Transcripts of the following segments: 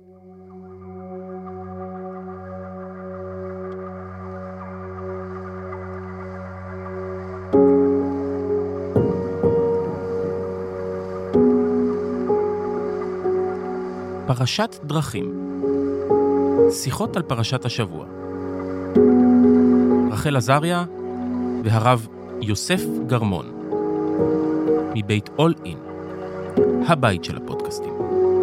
פרשת דרכים. שיחות על פרשת השבוע. רחל עזריה והרב יוסף גרמון. מבית אול אין, הבית של הפודקאסטים.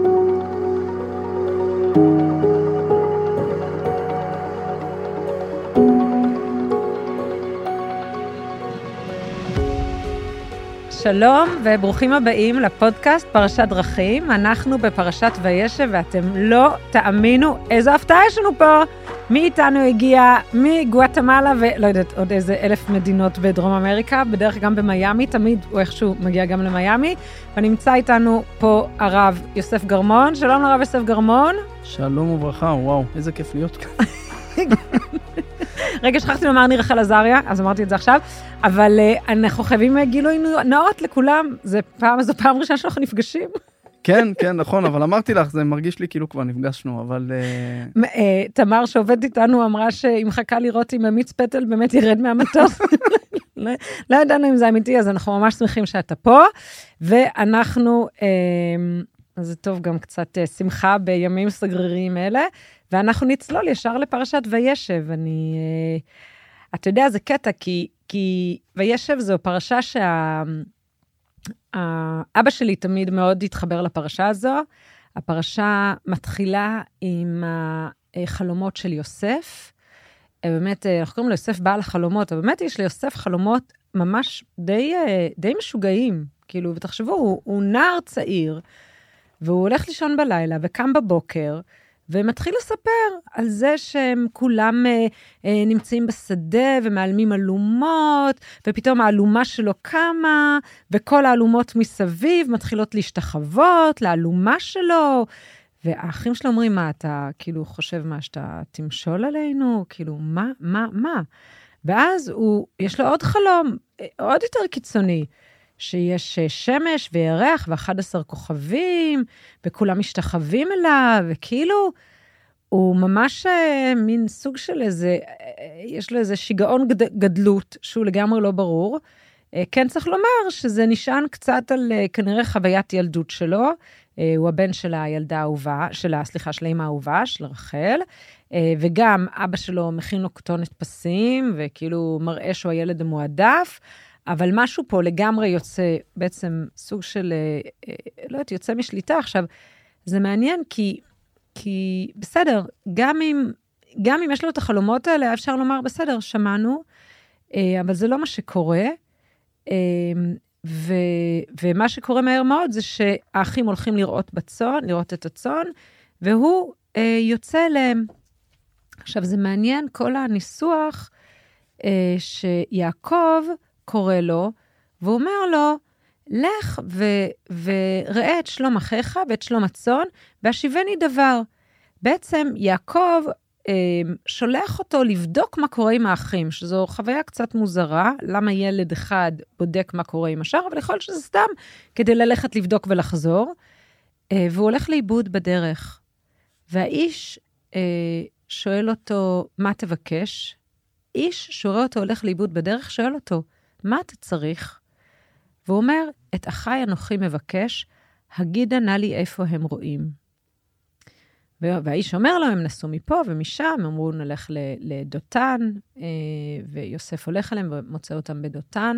שלום וברוכים הבאים לפודקאסט פרשת דרכים. אנחנו בפרשת וישב ואתם לא תאמינו איזו הפתעה יש לנו פה. מי איתנו הגיע מגואטמלה ולא יודעת עוד איזה 1,000 מדינות בדרום אמריקה, בדרך גם במיימי, תמיד הוא איכשהו מגיע גם למיימי, ונמצא איתנו פה הרב יוסף גרמון. שלום לרב יוסף גרמון. שלום וברכה, וואו, איזה כיף להיות כאן. רגע, שכחתי לומר אני רחל עזריה, אז אמרתי את זה עכשיו, אבל אנחנו חייבים גילוי נאות לכולם, זו פעם ראשונה שאנחנו נפגשים. כן, נכון, אבל אמרתי לך, זה מרגיש לי כאילו כבר נפגשנו, אבל... תמר שעובדת איתנו אמרה שהיא מחכה לראות אם המיץ פטל באמת ירד מהמטוס. לא ידענו אם זה אמיתי, אז אנחנו ממש שמחים שאתה פה, ואנחנו, אז זה טוב גם קצת שמחה בימים סגריריים אלה, ואנחנו נצלול ישר לפרשת וישב. אתה יודע, זה קטע, כי וישב זו פרשה אבא שלי תמיד מאוד התחבר לפרשה הזו. הפרשה מתחילה עם החלומות של יוסף. באמת, אנחנו קוראים לו יוסף בעל החלומות, אבל באמת יש ליוסף חלומות ממש די משוגעים. כאילו, ותחשבו, הוא נער צעיר, והוא הולך לישון בלילה וקם בבוקר, ומתחיל לספר על זה שהם כולם נמצאים בשדה ומעלמים אלומות, ופתאום האלומה שלו קמה, וכל האלומות מסביב מתחילות להשתחוות לאלומה שלו, והאחים שלו אומרים, מה, אתה כאילו חושב מה, שאתה תמשול עלינו? כאילו, מה? ואז יש לו עוד חלום, עוד יותר קיצוני, שיש שמש וירח ו11 כוכבים, וכולם משתחווים אליו, וכאילו, הוא ממש מין סוג של איזה, יש לו איזה שיגעון גדלות, שהוא לגמרי לא ברור. כן צריך לומר שזה נשען קצת על כנראה חוויית ילדות שלו, הוא הבן של הילדה האהובה, של האמא האהובה, של רחל, וגם אבא שלו מכין לו כתונת פסים, וכאילו מראה שהוא הילד המועדף, אבל משהו פה לגמרי יוצא, בעצם סוג של, לא יודעת, יוצא משליטה. עכשיו, זה מעניין כי בסדר, גם אם יש לו את החלומות האלה, אפשר לומר, בסדר, שמענו, אבל זה לא מה שקורה, ומה שקורה מהר מאוד זה שהאחים הולכים לראות את הצאן, והוא יוצא אליהם. עכשיו, זה מעניין כל הניסוח שיעקב קורא לו, והוא אומר לו, לך וראה את שלום אחיך ואת שלום הצאן, והשיבני דבר. בעצם יעקב שולח אותו לבדוק מה קורה עם האחים, שזו חוויה קצת מוזרה, למה ילד אחד בודק מה קורה עם השאר, אבל יכול להיות שזה סתם כדי ללכת לבדוק ולחזור, והוא הולך לאיבוד בדרך. והאיש שואל אותו, מה תבקש? איש שרואה אותו הולך לאיבוד בדרך, שואל אותו, מה אתה צריך? והוא אומר, את אחי אנוכי מבקש, הגידה נא לי איפה הם רואים. והאיש אומר לו, הם נסו מפה ומשם, הם אמרו, נלך לדותן, ויוסף הולך אליהם ומוצא אותם בדותן.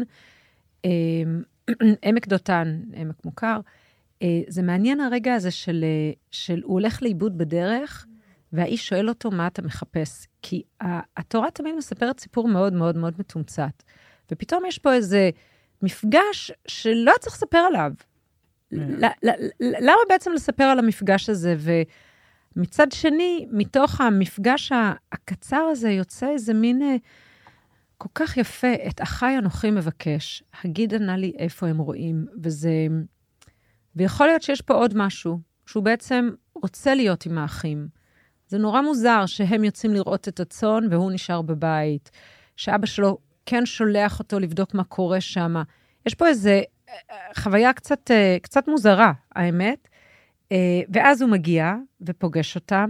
עמק דותן, עמק מוכר. זה מעניין הרגע הזה של הוא הולך לאיבוד בדרך, והאיש שואל אותו, מה אתה מחפש? כי התורה תמיד מספרת סיפור מאוד מאוד מאוד מתומצת. ופתאום יש פה איזה מפגש שלא צריך לספר עליו. למה בעצם לספר על המפגש הזה? ומצד שני, מתוך המפגש הקצר הזה, יוצא איזה מין כל כך יפה, את אחי אנוכי מבקש, הגידה נא לי איפה הם רואים, ויכול להיות שיש פה עוד משהו, שהוא בעצם רוצה להיות עם האחים. זה נורא מוזר שהם יוצאים לראות את הצאן, והוא נשאר בבית, שאבא שלו כן שולח אותו לבדוק מה קורה שם. יש פה איזו חוויה קצת מוזרה, האמת. ואז הוא מגיע ופוגש אותם,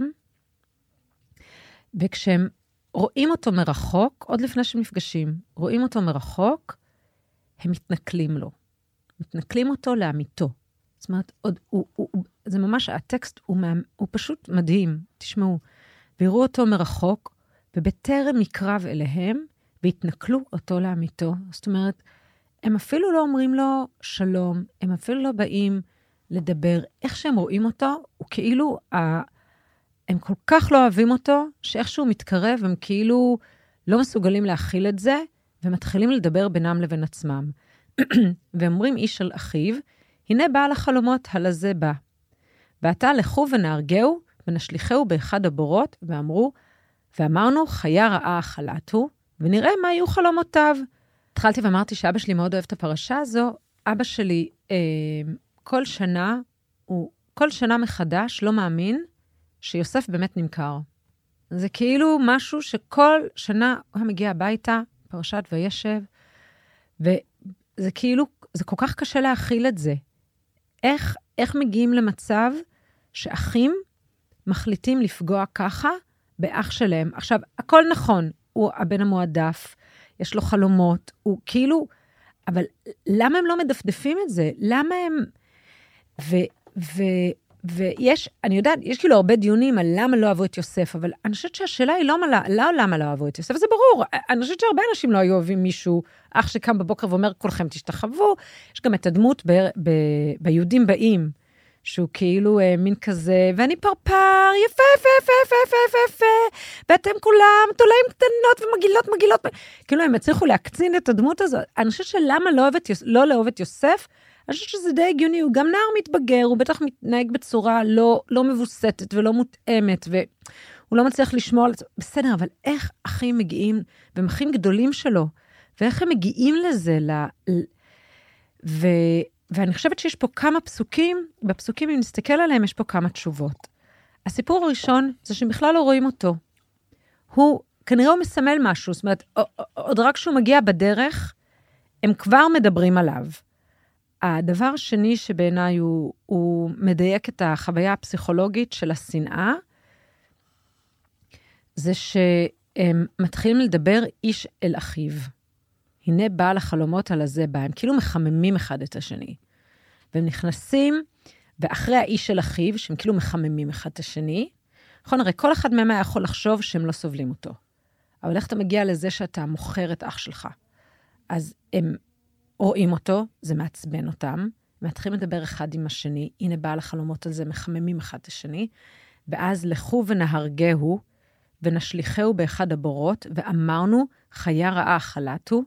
וכשהם רואים אותו מרחוק, עוד לפני שמפגשים, רואים אותו מרחוק, הם מתנכלים לו. מתנכלים אותו לאמיתו. זאת אומרת, זה ממש, הטקסט הוא פשוט מדהים, תשמעו. ויראו אותו מרחוק, ובטרם יקרב אליהם, והתנכלו אותו לאמיתו. זאת אומרת, הם אפילו לא אומרים לו שלום, הם אפילו לא באים לדבר. איך שהם רואים אותו, הוא כאילו, הם כל כך לא אוהבים אותו, שאיכשהו מתקרב, הם כאילו לא מסוגלים להכיל את זה, ומתחילים לדבר בינם לבין עצמם. ואומרים איש על אחיו, הנה בעל החלומות, הלזה בא. ועתה לכו ונהרגהו, ונשליחהו באחד הבורות, ואמרנו, חיה רעה אכלתו, ונראה מה יהיו חלומותיו. התחלתי ואמרתי שאבא שלי מאוד אוהב את הפרשה הזו. אבא שלי כל שנה מחדש לא מאמין שיוסף באמת נמכר. זה כאילו משהו שכל שנה הוא מגיע הביתה, פרשת וישב, וזה כאילו, זה כל כך קשה להכיל את זה. איך מגיעים למצב שאחים מחליטים לפגוע ככה באח שלהם? עכשיו, הכל נכון, הוא הבן המועדף, יש לו חלומות, הוא כאילו, אבל למה הם לא מדפדפים את זה? למה הם... ויש, אני יודעת, יש כאילו הרבה דיונים על למה לא אהבו את יוסף, אבל אני חושבת שהשאלה היא לא למה לא אהבו את יוסף, זה ברור. אני חושבת שהרבה אנשים לא היו אוהבים מישהו, אח שקם בבוקר ואומר, כולכם תשתחוו. יש גם את הדמות ביהודים באים, שהוא כאילו מין כזה, ואני פרפר, יפה, יפה, יפה, יפה, יפה, יפה, יפה, ואתם כולם תולעים קטנות ומגילות. כאילו הם הצליחו להקצין את הדמות הזו. אני חושבת שלמה לא לאהוב את יוסף, אני חושבת שזה די הגיוני, הוא גם נער מתבגר, הוא בטח מתנהג בצורה לא מבוסתת ולא מותאמת, והוא לא מצליח לשמור על זה. בסדר, אבל איך אחים מגיעים, והם אחים גדולים שלו, ואיך הם מגיעים לזה, ואני חושבת שיש פה כמה פסוקים, בפסוקים אם נסתכל עליהם, יש פה כמה תשובות. הסיפור הראשון, זה שהם בכלל לא רואים אותו. כנראה הוא מסמל משהו, זאת אומרת, עוד רק שהוא מגיע בדרך, הם כבר מדברים עליו. הדבר השני שבעיניי הוא מדייק את החוויה הפסיכולוגית של השנאה, זה שהם מתחילים לדבר איש אל אחיו. הנה בעל החלומות על הזה בא, הם כאילו מחממים אחד את השני. והם נכנסים, ואחרי האיש של אחיו, שהם כאילו מחממים אחד את השני, נכון, הרי כל אחד מהם היה יכול לחשוב שהם לא סובלים אותו. אבל איך אתה מגיע לזה שאתה מוכר את אח שלך? אז הם רואים אותו, זה מעצבן אותם, מתחילים לדבר אחד עם השני, הנה בעל החלומות על זה, מחממים אחד את השני, ואז לכו ונהרגהו, ונשליחהו באחד הבורות, ואמרנו, חיה רעה אכלתו,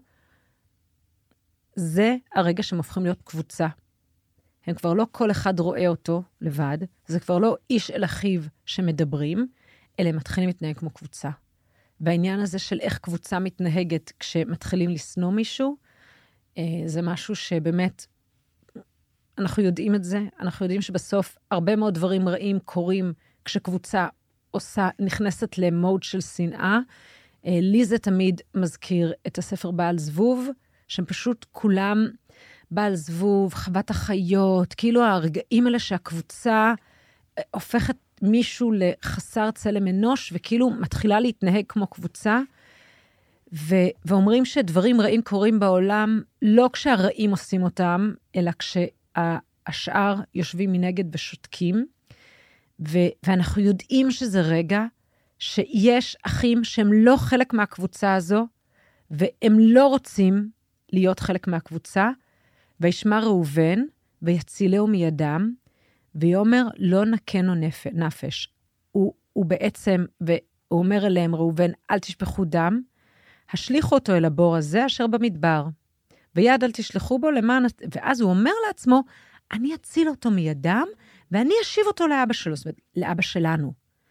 זה הרגע שהם הופכים להיות קבוצה. הם כבר לא כל אחד רואה אותו לבד, זה כבר לא איש אל אחיו שמדברים, אלא הם מתחילים להתנהג כמו קבוצה. והעניין הזה של איך קבוצה מתנהגת כשמתחילים לשנוא מישהו, זה משהו שבאמת, אנחנו יודעים את זה, אנחנו יודעים שבסוף הרבה מאוד דברים רעים קורים כשקבוצה נכנסת למוד של שנאה. לי זה תמיד מזכיר את הספר בעל זבוב, שהם פשוט כולם בעל זבוב, חוות החיות, כאילו הרגעים האלה שהקבוצה הופכת מישהו לחסר צלם אנוש, וכאילו מתחילה להתנהג כמו קבוצה, ואומרים שדברים רעים קורים בעולם, לא כשהרעים עושים אותם, אלא כשהשאר יושבים מנגד ושותקים, ואנחנו יודעים שזה רגע שיש אחים שהם לא חלק מהקבוצה הזו, והם לא רוצים להיות חלק מהקבוצה, וישמע ראובן, ויצילהו מידם, ויאמר לא נקנו נפש. הוא בעצם, והוא אומר אליהם ראובן, אל תשפכו דם, השליחו אותו אל הבור הזה אשר במדבר, ויד אל תשלחו בו למען, ואז הוא אומר לעצמו, אני אציל אותו מידם, ואני אשיב אותו לאבא שלו, זאת אומרת, לאבא שלנו.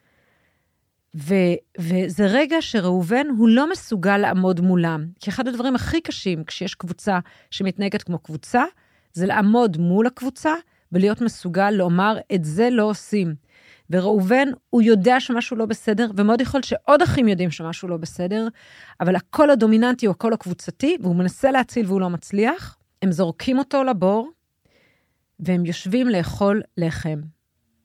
וזה רגע שראובן הוא לא מסוגל לעמוד מולם, כי אחד הדברים הכי קשים כשיש קבוצה שמתנהגת כמו קבוצה, זה לעמוד מול הקבוצה, ולהיות מסוגל לומר, את זה לא עושים. וראובן, הוא יודע שמשהו לא בסדר, ומאוד יכול שעוד אחים יודעים שמשהו לא בסדר, אבל הקול הדומיננטי הוא הקול הקבוצתי, והוא מנסה להציל והוא לא מצליח. הם זורקים אותו לבור, והם יושבים לאכול לחם.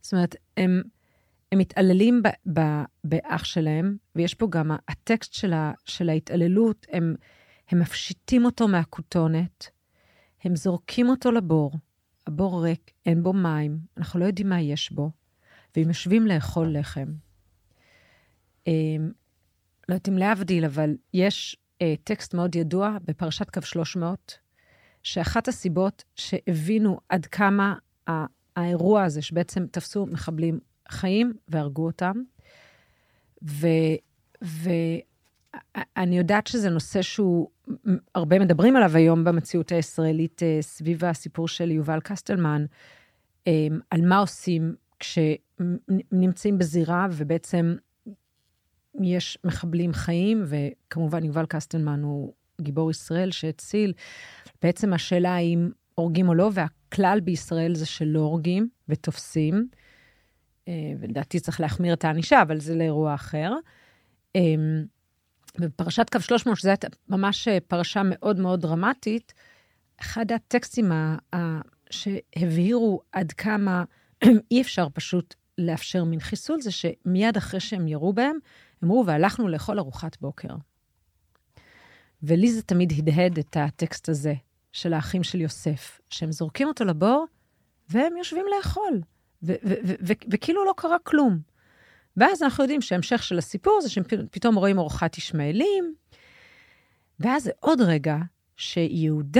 זאת אומרת, הם מתעללים באח שלהם, ויש פה גם הטקסט של ההתעללות, הם מפשיטים אותו מהכותונת, הם זורקים אותו לבור, הבור ריק, אין בו מים, אנחנו לא יודעים מה יש בו, והם יושבים לאכול לחם. לא יודעת אם להבדיל, אבל יש טקסט מאוד ידוע בפרשת קו 300, שאחת הסיבות שהבינו עד כמה האירוע הזה, שבעצם תפסו מחבלים חיים והרגו אותם, ואני יודעת שזה נושא שהוא, הרבה מדברים עליו היום במציאות הישראלית, סביב הסיפור של יובל קסטלמן, על מה עושים כשנמצאים בזירה, ובעצם יש מחבלים חיים, וכמובן יובל קסטלמן הוא גיבור ישראל שהציל. בעצם השאלה האם הורגים או לא, והכלל בישראל זה שלא הורגים ותופסים, ולדעתי צריך להחמיר את האנישה, אבל זה לאירוע אחר. בפרשת קו 300, שזו הייתה ממש פרשה מאוד מאוד דרמטית, אחד הטקסטים שהבהירו עד כמה אי אפשר פשוט לאפשר מין חיסול, זה שמיד אחרי שהם ירו בהם, אמרו, והלכנו לאכול ארוחת בוקר. ולי זה תמיד הדהד את הטקסט הזה, של האחים של יוסף, שהם זורקים אותו לבור, והם יושבים לאכול, וכאילו לא קרה כלום. ואז אנחנו יודעים שההמשך של הסיפור, זה שהם פתאום רואים ארוחת ישמעאלים, ואז זה עוד רגע, שיהודה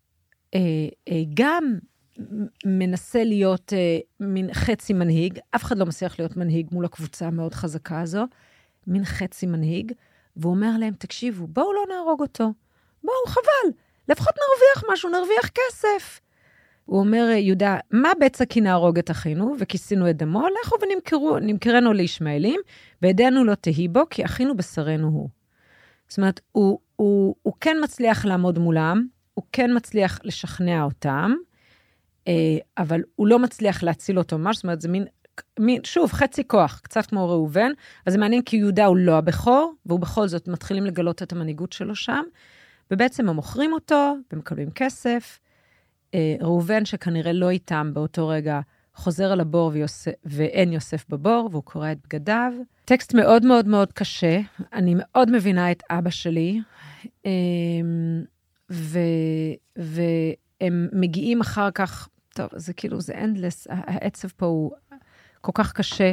גם מנסה להיות מין חצי מנהיג, אף אחד לא מצליח להיות מנהיג מול הקבוצה המאוד חזקה הזו, מין חצי מנהיג, והוא אומר להם, תקשיבו, בואו לא נהרוג אותו, בואו, חבל, לפחות נרוויח משהו, נרוויח כסף. הוא אומר, יהודה, מה בצע כי נהרוג את אחינו, וכיסינו את דמו, לכו ונמכרנו לישמעאלים, וידנו לא תהי בו, כי אחינו בשרנו הוא. זאת אומרת, הוא כן מצליח לעמוד מולם, הוא כן מצליח לשכנע אותם, אבל הוא לא מצליח להציל אותו ממש, זאת אומרת, זה מין, שוב, חצי כוח, קצת כמו ראובן, אז זה מעניין כי יהודה הוא לא הבכור, והוא בכל זאת מתחילים לגלות את המנהיגות שלו שם, ובעצם הם מוכרים אותו, ומקבלים כסף, ראובן שכנראה לא איתם באותו רגע, חוזר על הבור ואין יוסף בבור, והוא קורא את בגדיו. טקסט מאוד מאוד מאוד קשה, אני מאוד מבינה את אבא שלי, והם מגיעים אחר כך, טוב, זה כאילו, זה endless, העצב פה הוא כל כך קשה.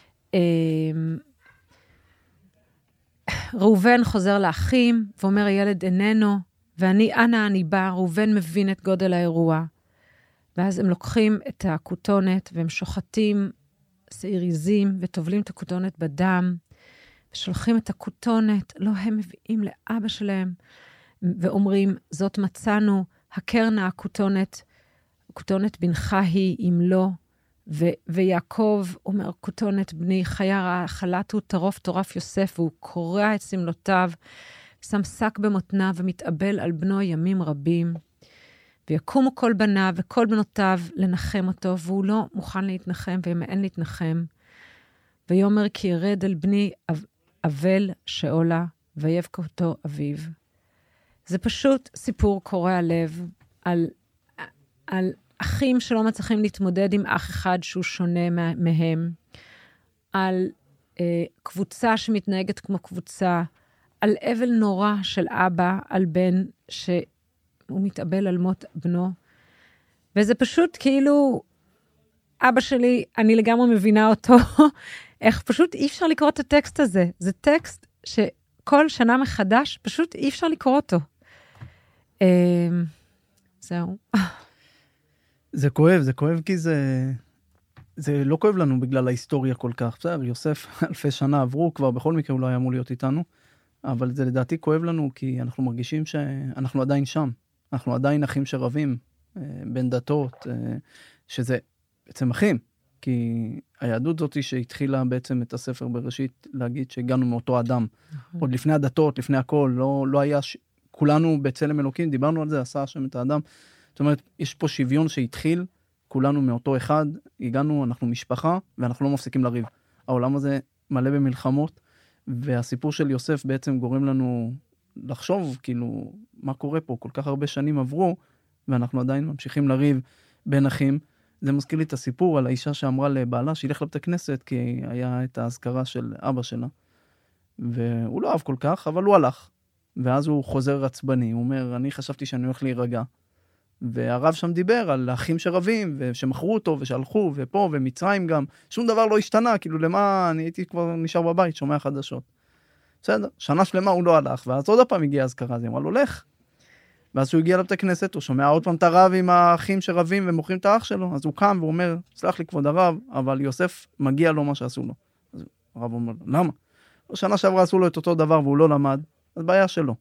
ראובן חוזר לאחים, ואומר, הילד איננו, ואני, אנה אני בא, ראובן מבין את גודל האירוע. ואז הם לוקחים את הכותונת, והם שוחטים שעיר עיזים, וטובלים את הכותונת בדם, ושולחים את הכותונת, לא הם מביאים לאבא שלהם, ואומרים, זאת מצאנו, הקרנה הכותונת, כותונת בנך היא, אם לא, ויעקב אומר, כותונת בני, חיה רעה, חלטו טרוף טורף יוסף, והוא קורע את סמלותיו, שם שק במותניו ומתאבל על בנו ימים רבים, ויקומו כל בניו וכל בנותיו לנחם אותו, והוא לא מוכן להתנחם וימאן להתנחם. ויאמר כי ירד אל בני אבל שאולה, ויבכה אותו אביו. זה פשוט סיפור קורע לב על אחים שלא מצליחים להתמודד עם אח אחד שהוא שונה מהם, על קבוצה שמתנהגת כמו קבוצה, על אבל נורא של אבא, על בן שהוא מתאבל על מות בנו. וזה פשוט כאילו, אבא שלי, אני לגמרי מבינה אותו, איך פשוט אי אפשר לקרוא את הטקסט הזה. זה טקסט שכל שנה מחדש, פשוט אי אפשר לקרוא אותו. זהו. זה כואב כי זה לא כואב לנו בגלל ההיסטוריה כל כך. בסדר, יוסף אלפי שנה עברו, כבר בכל מקרה הוא לא היה אמור להיות איתנו, אבל זה לדעתי כואב לנו כי אנחנו מרגישים שאנחנו עדיין שם. אנחנו עדיין אחים שרבים, בין דתות, שזה בעצם אחים. כי היהדות זאת שהתחילה בעצם את הספר בראשית להגיד שהגענו מאותו אדם. עוד לפני הדתות, לפני הכל, לא היה, כולנו בצלם אלוקים, דיברנו על זה, עשה השם את האדם. זאת אומרת, יש פה שוויון שהתחיל, כולנו מאותו אחד, הגענו, אנחנו משפחה, ואנחנו לא מפסיקים לריב. העולם הזה מלא במלחמות, והסיפור של יוסף בעצם גורם לנו לחשוב, כאילו, מה קורה פה? כל כך הרבה שנים עברו, ואנחנו עדיין ממשיכים לריב בין אחים, זה מזכיר לי את הסיפור על האישה שאמרה לבעלה שילך לבית הכנסת, כי היה את ההזכרה של אבא שלה. והוא לא אהב כל כך, אבל הוא הלך. ואז הוא חוזר עצבני, הוא אומר, אני חשבתי שאני הולך להירגע. והרב שם דיבר על האחים שרבים, ושמכרו אותו, ושהלכו, ופה, ומצרים גם. שום דבר לא השתנה, כאילו למה, אני הייתי כבר נשאר בבית, שומע חדשות. בסדר, שנה שלמה הוא לא הלך, ואז עוד הפעם הגיע הזכרה, אז היא אמרה לו, לך. ואז הוא הגיע לבית הכנסת, הוא שומע עוד פעם את הרב עם האחים שרבים ומוכרים את האח שלו, אז הוא קם ואומר, סלח לי כבוד הרב, אבל יוסף מגיע לו מה שעשו לו. אז הרב אומר, למה? שנה שעברה עשו לו את אותו דבר והוא לא למד, אז בעיה שלו.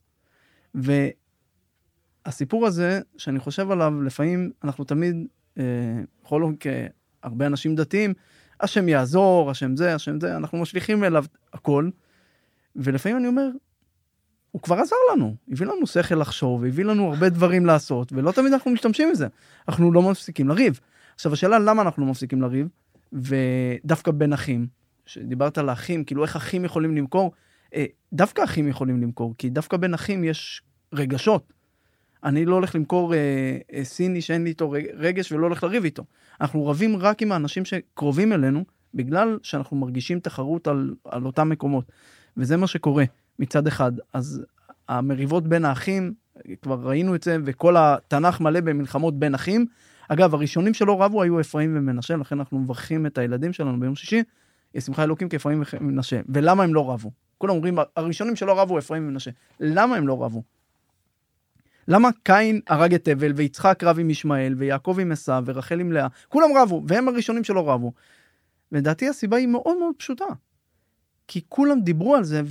והסיפור הזה, שאני חושב עליו, לפעמים אנחנו תמיד, בכל זאת כהרבה אנשים דתיים, השם יעזור, השם זה, אנחנו משליכים אליו הכל, ולפעמים אני אומר, הוא כבר עזר לנו, הביא לנו שכל לחשוב, הביא לנו הרבה דברים לעשות, ולא תמיד אנחנו משתמשים בזה. אנחנו לא מפסיקים לריב. עכשיו, השאלה למה אנחנו לא מפסיקים לריב, ודווקא בין אחים, שדיברת על האחים, כאילו איך אחים יכולים למכור, דווקא אחים יכולים למכור, כי דווקא בין אחים יש רגשות. אני לא הולך למכור סיני שאין לי איתו רגש, ולא הולך לריב איתו. אנחנו רבים רק עם האנשים שקרובים אלינו, בגלל שאנחנו מרגישים תחרות על אותם מקומות. וזה מה שקורה. מצד אחד, אז המריבות בין האחים, כבר ראינו את זה, וכל התנ"ך מלא במלחמות בין אחים. אגב, הראשונים שלא רבו היו אפרים ומנשה, לכן אנחנו מברכים את הילדים שלנו ביום שישי, ישמחה אלוקים כאפרים ומנשה. ולמה הם לא רבו? כולם אומרים, הראשונים שלא רבו אפרים ומנשה. למה הם לא רבו? למה קין הרג את הבל, ויצחק רב עם ישמעאל, ויעקב עם עשיו, ורחל עם לאה? כולם רבו, והם הראשונים שלא רבו. ולדעתי הסיבה היא מאוד מאוד פשוטה. כי כולם דיברו על זה,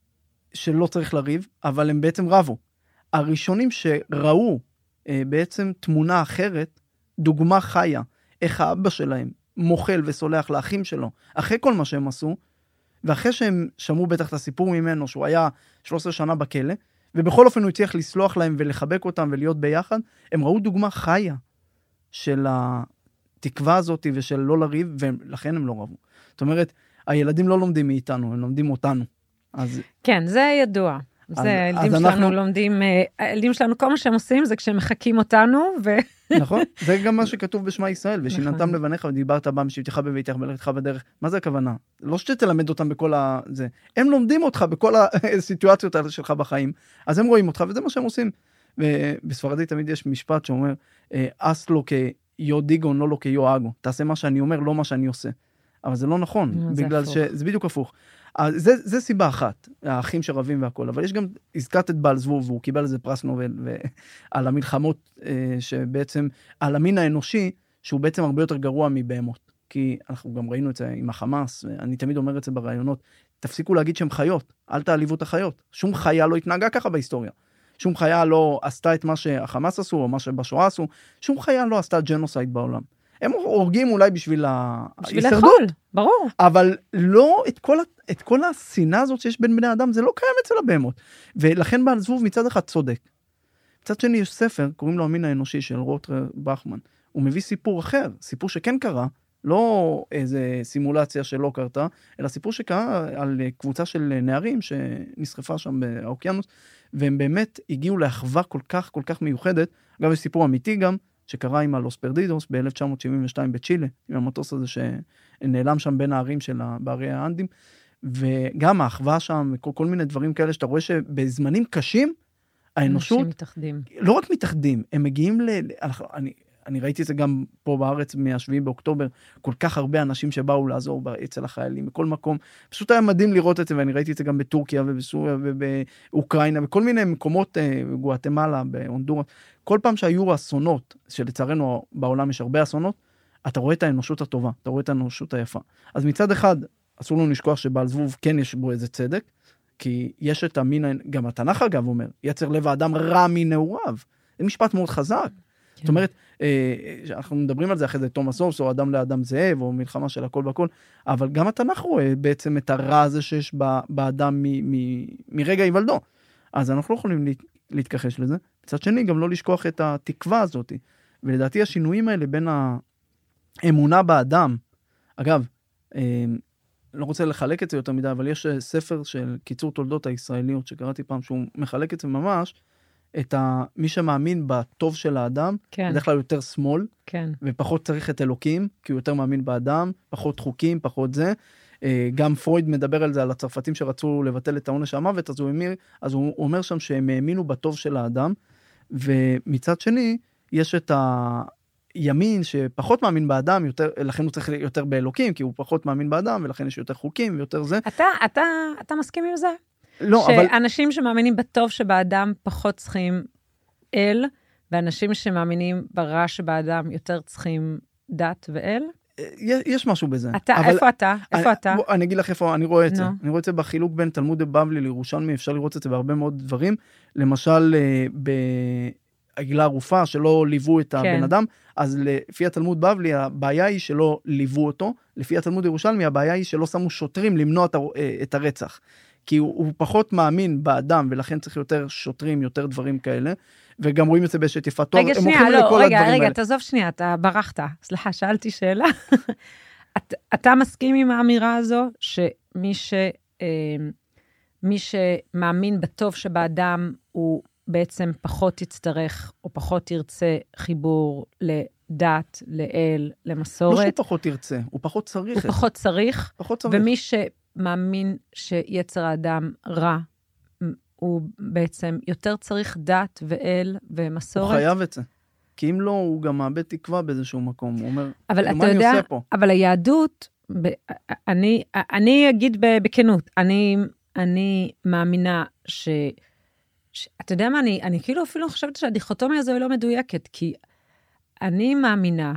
שלא צריך לריב, אבל הם בעצם רבו. הראשונים שראו בעצם תמונה אחרת, דוגמה חיה, איך האבא שלהם מוחל וסולח לאחים שלו, אחרי כל מה שהם עשו, ואחרי שהם שמעו בטח את הסיפור ממנו, שהוא היה 13 שנה בכלא, ובכל אופן הוא הצליח לסלוח להם ולחבק אותם ולהיות ביחד, הם ראו דוגמה חיה של התקווה הזאת ושל לא לריב, ולכן הם לא רבו. זאת אומרת, הילדים לא לומדים מאיתנו, הם לומדים אותנו. אז... כן, זה ידוע. זה הילדים שלנו לומדים, הילדים שלנו, כל מה שהם עושים זה כשהם מחכים אותנו, נכון, זה גם מה שכתוב בשמע ישראל, ושיננתם לבניך ודיברת בם בשבתך בביתך בלכתך בדרך. מה זה הכוונה? לא שתלמד אותם בכל זה, הם לומדים אותך בכל הסיטואציות האלה שלך בחיים, אז הם רואים אותך, וזה מה שהם עושים. ובספרדית תמיד יש משפט שאומר, אס לו כיו דיגון, לא לו כיו אגו. תעשה מה שאני אומר, לא מה שאני עושה. אבל זה לא נכון, בגלל שזה בדיוק הפוך. זה סיבה אחת, האחים שרבים והכל, אבל יש גם, הזכרת את בעל זבוב, והוא קיבל איזה פרס נובל, על המלחמות שבעצם, על המין האנושי, שהוא בעצם הרבה יותר גרוע מבהמות, כי אנחנו גם ראינו את זה עם החמאס, ואני תמיד אומר את זה ברעיונות, תפסיקו להגיד שהם חיות, אל תעליבו את החיות, שום חיה לא התנהגה ככה בהיסטוריה, שום חיה לא עשתה את מה שהחמאס עשו, או מה שבשואה עשו, שום חיה לא עשתה ג'נוסייד בעולם. הם הורגים אולי בשביל לאכול, ברור. אבל לא את כל השנאה הזאת שיש בין בני אדם, זה לא קיים אצל הבהמות. ולכן בעל זבוב מצד אחד צודק. מצד שני יש ספר, קוראים לו המין האנושי של רוטר בכמן. הוא מביא סיפור אחר, סיפור שכן קרה, לא איזה סימולציה שלא קרתה, אלא סיפור שקרה על קבוצה של נערים שנסחפה שם באוקיינוס, והם באמת הגיעו לאחווה כל כך מיוחדת. אגב, יש סיפור אמיתי גם, שקרה עם הלוס פרדידוס ב-1972 בצ'ילה, עם המטוס הזה שנעלם שם בין הערים של בערי האנדים, וגם האחווה שם, וכל מיני דברים כאלה, שאתה רואה שבזמנים קשים, האנושות, מתאחדים. לא רק מתאחדים, הם מגיעים אני ראיתי את זה גם פה בארץ מה-7 באוקטובר, כל כך הרבה אנשים שבאו לעזור אצל החיילים, בכל מקום, פשוט היה מדהים לראות את זה, ואני ראיתי את זה גם בטורקיה ובסוריה ובאוקראינה, וכל מיני מקומות, בגואטמלה, בהונדורס, כל פעם שהיו אסונות, שלצערנו בעולם יש הרבה אסונות, אתה רואה את האנושות הטובה, אתה רואה את האנושות היפה. אז מצד אחד, אסור לנו לשכוח שבעל זבוב כן יש בו איזה צדק, כי יש את המין, גם התנ"ך אגב אומר, יצר לב האדם רע מנעוריו. זה משפט מאוד חזק. זאת אומרת, אנחנו מדברים על זה אחרי זה, תומאס הובס, או אדם לאדם זאב, או מלחמה של הכל והכל, אבל גם התנ"ך רואה בעצם את הרע הזה שיש באדם מרגע היוולדו. אז אנחנו לא יכולים להתכחש לזה. מצד שני, גם לא לשכוח את התקווה הזאת. ולדעתי השינויים האלה בין האמונה באדם, אגב, לא רוצה לחלק את זה יותר מדי, אבל יש ספר של קיצור תולדות הישראליות, שקראתי פעם, שהוא מחלק את זה ממש, מי שמאמין בטוב של האדם, כן. בדרך כלל יותר שמאל, כן. ופחות צריך את אלוקים, כי הוא יותר מאמין באדם, פחות חוקים, פחות זה. גם פרויד מדבר על זה, על הצרפתים שרצו לבטל את העונש המוות, אז הוא אומר שם שהם האמינו בטוב של האדם, ומצד שני, יש את הימין שפחות מאמין באדם, לכן הוא צריך יותר באלוקים, כי הוא פחות מאמין באדם, ולכן יש יותר חוקים ויותר זה. אתה מסכים עם זה? לא, אבל... שאנשים שמאמינים בטוב שבאדם פחות צריכים אל, ואנשים שמאמינים ברע שבאדם יותר צריכים דת ואל? יש משהו בזה. איפה אתה? אני אגיד לך איפה, אני רואה את זה. אני רואה את זה בחילוק בין תלמוד בבלי לירושלמי, אפשר לראות את זה בהרבה מאוד דברים. למשל, בעגלה ערופה, שלא ליוו את הבן אדם, אז לפי התלמוד בבלי, הבעיה היא שלא ליוו אותו. לפי התלמוד ירושלמי, הבעיה היא שלא שמו שוטרים למנוע את הרצח. כי הוא פחות מאמין באדם, ולכן צריך יותר שוטרים, יותר דברים כאלה. וגם רואים את זה באשת יפת תואר, הם הולכים לכל הדברים האלה. רגע, תעזוב שנייה, אתה ברחת. סליחה, שאלתי שאלה. אתה מסכים עם האמירה הזו, שמי שמאמין בטוב שבאדם, הוא בעצם פחות יצטרך, או פחות ירצה חיבור לדת, לאל, למסורת? לא שהוא פחות ירצה, הוא פחות צריך. הוא פחות צריך, ומי שמאמין שיצר האדם רע, הוא בעצם יותר צריך דת ואל ומסורת. הוא חייב את זה. כי אם לא, הוא גם מאבד תקווה באיזשהו מקום. הוא אומר, מה אני עושה פה? אבל היהדות, אני אגיד בכנות, אני מאמינה אתה יודע מה, אני כאילו אפילו חושבת שהדיכוטומיה הזו היא לא מדויקת, כי אני מאמינה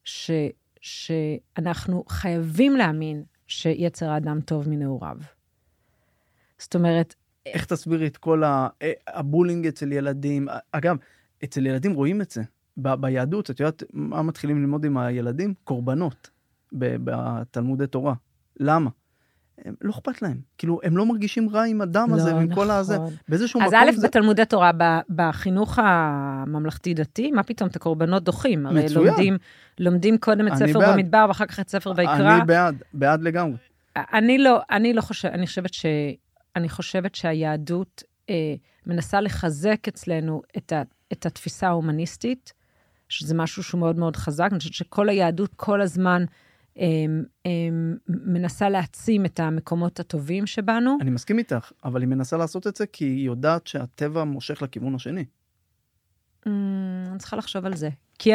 שאנחנו חייבים להאמין שיצר האדם טוב מנעוריו. זאת אומרת, איך תסבירי את כל הבולינג אצל ילדים? אגב, אצל ילדים רואים את זה. ביהדות, את יודעת, מה מתחילים ללמוד עם הילדים? קורבנות, בתלמודי תורה. למה? לא אכפת להם. כאילו, הם לא מרגישים רע עם הדם הזה, ועם כל הזה. באיזשהו מקום אז א', בתלמודי תורה, בחינוך הממלכתי-דתי, מה פתאום, את הקורבנות דוחים? הרי לומדים קודם את ספר במדבר, ואחר כך את ספר ויקרא. אני בעד לגמרי. אני לא חושבת, אני חושבת שהיהדות מנסה לחזק אצלנו את התפיסה ההומניסטית, שזה משהו שהוא מאוד מאוד חזק. אני חושבת שכל היהדות כל הזמן מנסה להעצים את המקומות הטובים שבנו. אני מסכים איתך, אבל היא מנסה לעשות את זה כי היא יודעת שהטבע מושך לכיוון השני. אני צריכה לחשוב על זה. כי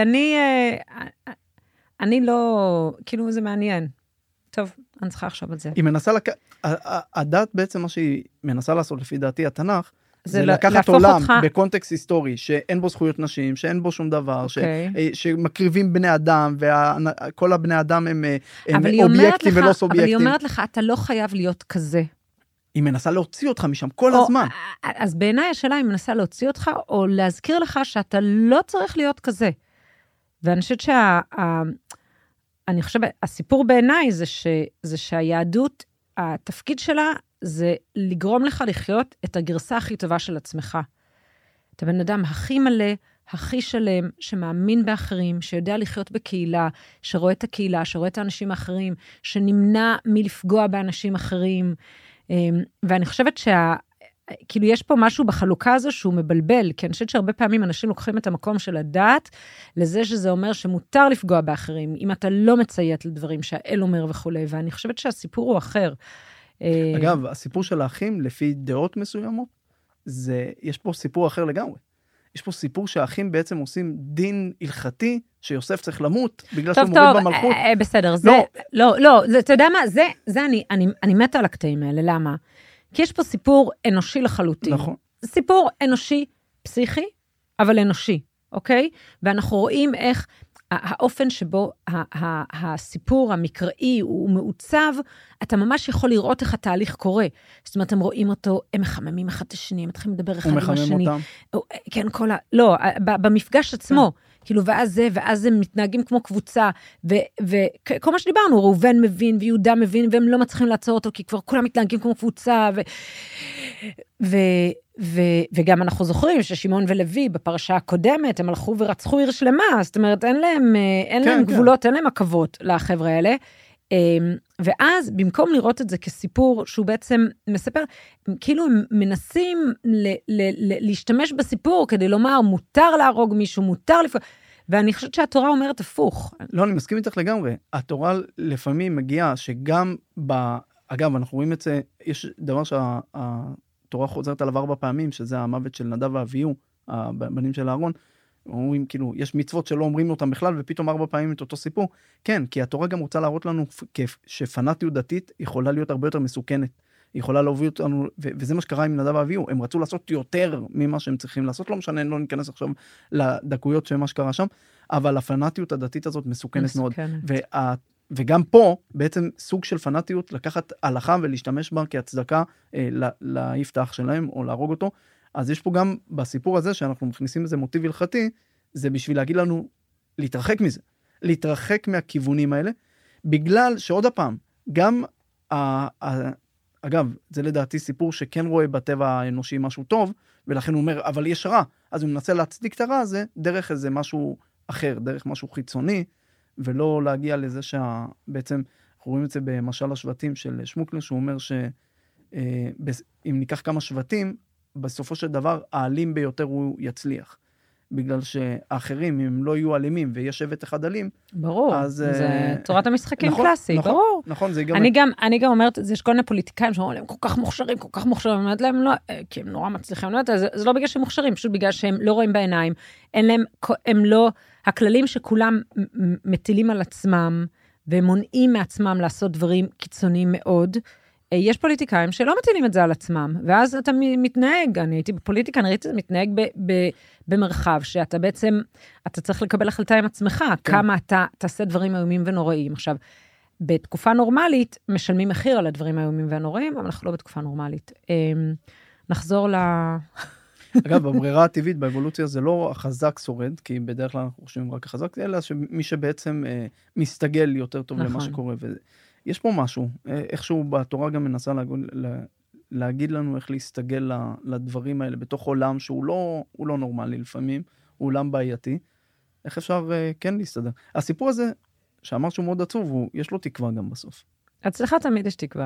אני לא, כאילו זה מעניין. טוב, אני צריכה לחשוב על זה. היא מנסה הדת בעצם מה שהיא מנסה לעשות לפי דעתי התנ"ך, זה לקחת עולם בקונטקסט היסטורי, שאין בו זכויות נשים, שאין בו שום דבר, שמקריבים בני אדם, וכל הבני אדם הם אובייקטים ולא סובייקטים. אבל היא אומרת לך, אתה לא חייב להיות כזה. היא מנסה להוציא אותך משם כל הזמן. אז בעיניי השאלה היא מנסה להוציא אותך, או להזכיר לך שאתה לא צריך להיות כזה. ואני חושבת אני חושבת, הסיפור בעיניי זה שהיהדות, התפקיד שלה זה לגרום לך לחיות את הגרסה הכי טובה של עצמך. אתה בן אדם הכי מלא, הכי שלם, שמאמין באחרים, שיודע לחיות בקהילה, שרואה את הקהילה, שרואה את האנשים האחרים, שנמנע מלפגוע באנשים אחרים. ואני חושבת כאילו יש פה משהו בחלוקה הזו שהוא מבלבל, כי אני חושבת שהרבה פעמים אנשים לוקחים את המקום של הדת, לזה שזה אומר שמותר לפגוע באחרים, אם אתה לא מציית לדברים שהאל אומר וכו', ואני חושבת שהסיפור הוא אחר. אגב, הסיפור של האחים, לפי דעות מסוימות, יש פה סיפור אחר לגמרי. יש פה סיפור שהאחים בעצם עושים דין הלכתי, שיוסף צריך למות, בגלל שהוא מוריד במלכות. בסדר, אתה יודע מה, זה אני מתה על הקטעים האלה, למה? כי יש פה סיפור אנושי לחלוטין. נכון. סיפור אנושי, פסיכי, אבל אנושי, אוקיי? ואנחנו רואים איך האופן שבו הסיפור המקראי הוא מעוצב, אתה ממש יכול לראות איך התהליך קורה. זאת אומרת, הם רואים אותו, הם מחממים אחד את השני, הם מתחילים לדבר אחד עם השני. הוא מחמם אותם. כן, לא, במפגש עצמו, כאילו, ואז הם מתנהגים כמו קבוצה, וכל מה שדיברנו, ראובן מבין, ויהודה מבין, והם לא מצליחים לעצור אותו, כי כבר כולם מתנהגים כמו קבוצה, וגם אנחנו זוכרים ששמעון ולוי בפרשה הקודמת, הם הלכו ורצחו עיר שלמה, זאת אומרת, אין להם גבולות, אין להם עכבות לחבר'ה האלה, ואז, במקום לראות את זה כסיפור שהוא בעצם מספר, כאילו הם מנסים להשתמש בסיפור כדי לומר, מותר להרוג מישהו, מותר לפעמים, ואני חושבת שהתורה אומרת הפוך. לא, אני מסכים איתך לגמרי. התורה לפעמים מגיעה שגם אגב, אנחנו רואים את זה, יש דבר שהתורה חוזרת עליו 4 פעמים, שזה המוות של נדב ואביהו, הבנים של אהרון, אומרים, כאילו, יש מצוות שלא אומרים אותם בכלל, ופתאום 4 פעמים את אותו סיפור. כן, כי התורה גם רוצה להראות לנו שפנאטיות דתית יכולה להיות הרבה יותר מסוכנת. היא יכולה להוביל אותנו, וזה מה שקרה עם נדב ואביהו. הם רצו לעשות יותר ממה שהם צריכים לעשות, לא משנה, לא ניכנס עכשיו לדקויות של מה שקרה שם, אבל הפנאטיות הדתית הזאת מסוכנת מאוד. וגם פה, בעצם סוג של פנאטיות, לקחת הלכה ולהשתמש בה כהצדקה להעיף את האח שלהם, או להרוג אותו. אז יש פה גם בסיפור הזה, שאנחנו מכניסים איזה מוטיב הלכתי, זה בשביל להגיד לנו, להתרחק מזה. להתרחק מהכיוונים האלה, בגלל שעוד הפעם, גם, אגב, זה לדעתי סיפור שכן רואה בטבע האנושי משהו טוב, ולכן הוא אומר, אבל יש רע. אז הוא מנסה להצדיק את הרע הזה, דרך איזה משהו אחר, דרך משהו חיצוני, ולא להגיע לזה שבעצם, אנחנו רואים את זה במשל השבטים של שמוקלר, שהוא אומר שאם ניקח כמה שבטים, בסופו של דבר, האלים ביותר הוא יצליח. בגלל שהאחרים, אם הם לא יהיו אלימים, ויש שבט אחד אלים, ברור, אז, זה תורת המשחקים נכון, קלאסית, נכון, ברור. נכון, זה גם... אני גם אומרת, יש כל מיני פוליטיקאים שאומרים להם, כל כך מוכשרים, אני אומרת להם, לא, כי הם נורא מצליחים, זה לא בגלל שהם מוכשרים, פשוט בגלל שהם לא רואים בעיניים, הם לא, הכללים שכולם מטילים על עצמם, והם מונעים מעצמם לעשות דברים קיצוניים מאוד, יש פוליטיקאים שלא מטילים את זה על עצמם, ואז אתה מתנהג, אני הייתי בפוליטיקה, אני ראיתי את זה מתנהג במרחב, שאתה בעצם, אתה צריך לקבל החלטה עם עצמך, כמה אתה תעשה דברים איומים ונוראים. עכשיו, בתקופה נורמלית, משלמים מחיר על הדברים האיומים והנוראים, אבל אנחנו לא בתקופה נורמלית. נחזור אגב, בברירה הטבעית, באבולוציה, זה לא החזק שורד, כי בדרך כלל אנחנו חושבים רק החזק, אלא שמי שבעצם מסתגל יותר טוב למה שקורה, יש פה משהו, איכשהו בתורה גם מנסה להגיד לנו איך להסתגל לדברים האלה, בתוך עולם שהוא לא נורמלי לפעמים, הוא עולם בעייתי, איך אפשר כן להסתדר. הסיפור הזה, שאמרת שהוא מאוד עצוב, יש לו תקווה גם בסוף. אצלך תמיד יש תקווה.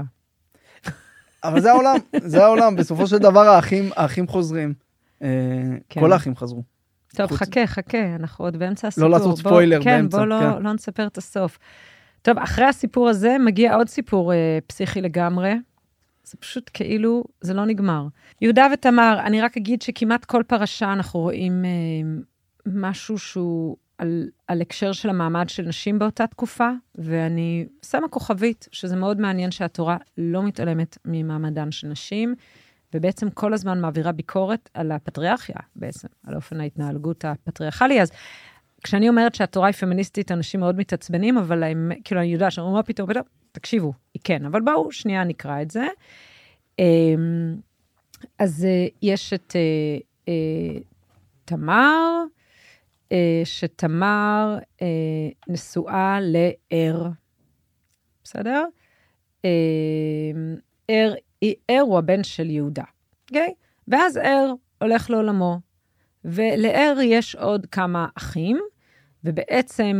אבל זה העולם, בסופו של דבר האחים חוזרים. כל האחים חזרו. טוב, חכה, אנחנו עוד באמצע הסיפור. לא לעשות ספוילר באמצע. כן, בוא לא נספר את הסוף. טוב, אחרי הסיפור הזה מגיע עוד סיפור פסיכי לגמרי. זה פשוט כאילו, זה לא נגמר. יהודה ותמר, אני רק אגיד שכמעט כל פרשה אנחנו רואים משהו שהוא על הקשר של המעמד של נשים באותה תקופה, ואני שמה כוכבית, שזה מאוד מעניין שהתורה לא מתעלמת ממעמדן של נשים, ובעצם כל הזמן מעבירה ביקורת על הפטריארכיה, בעצם, על אופן ההתנהגות הפטריארכלי. אז כשאני אומרת שהתורה היא פמיניסטית, אנשים מאוד מתעצבנים, אבל הם, כאילו אני יודעת שאומרים, מה פתאום, תקשיבו, היא כן, אבל בואו, שנייה נקרא את זה. אז יש את תמר, שתמר נשואה לער. בסדר? ער הוא הבן של יהודה. אוקיי? ואז ער הולך לעולמו. ולער יש עוד כמה אחים, ובעצם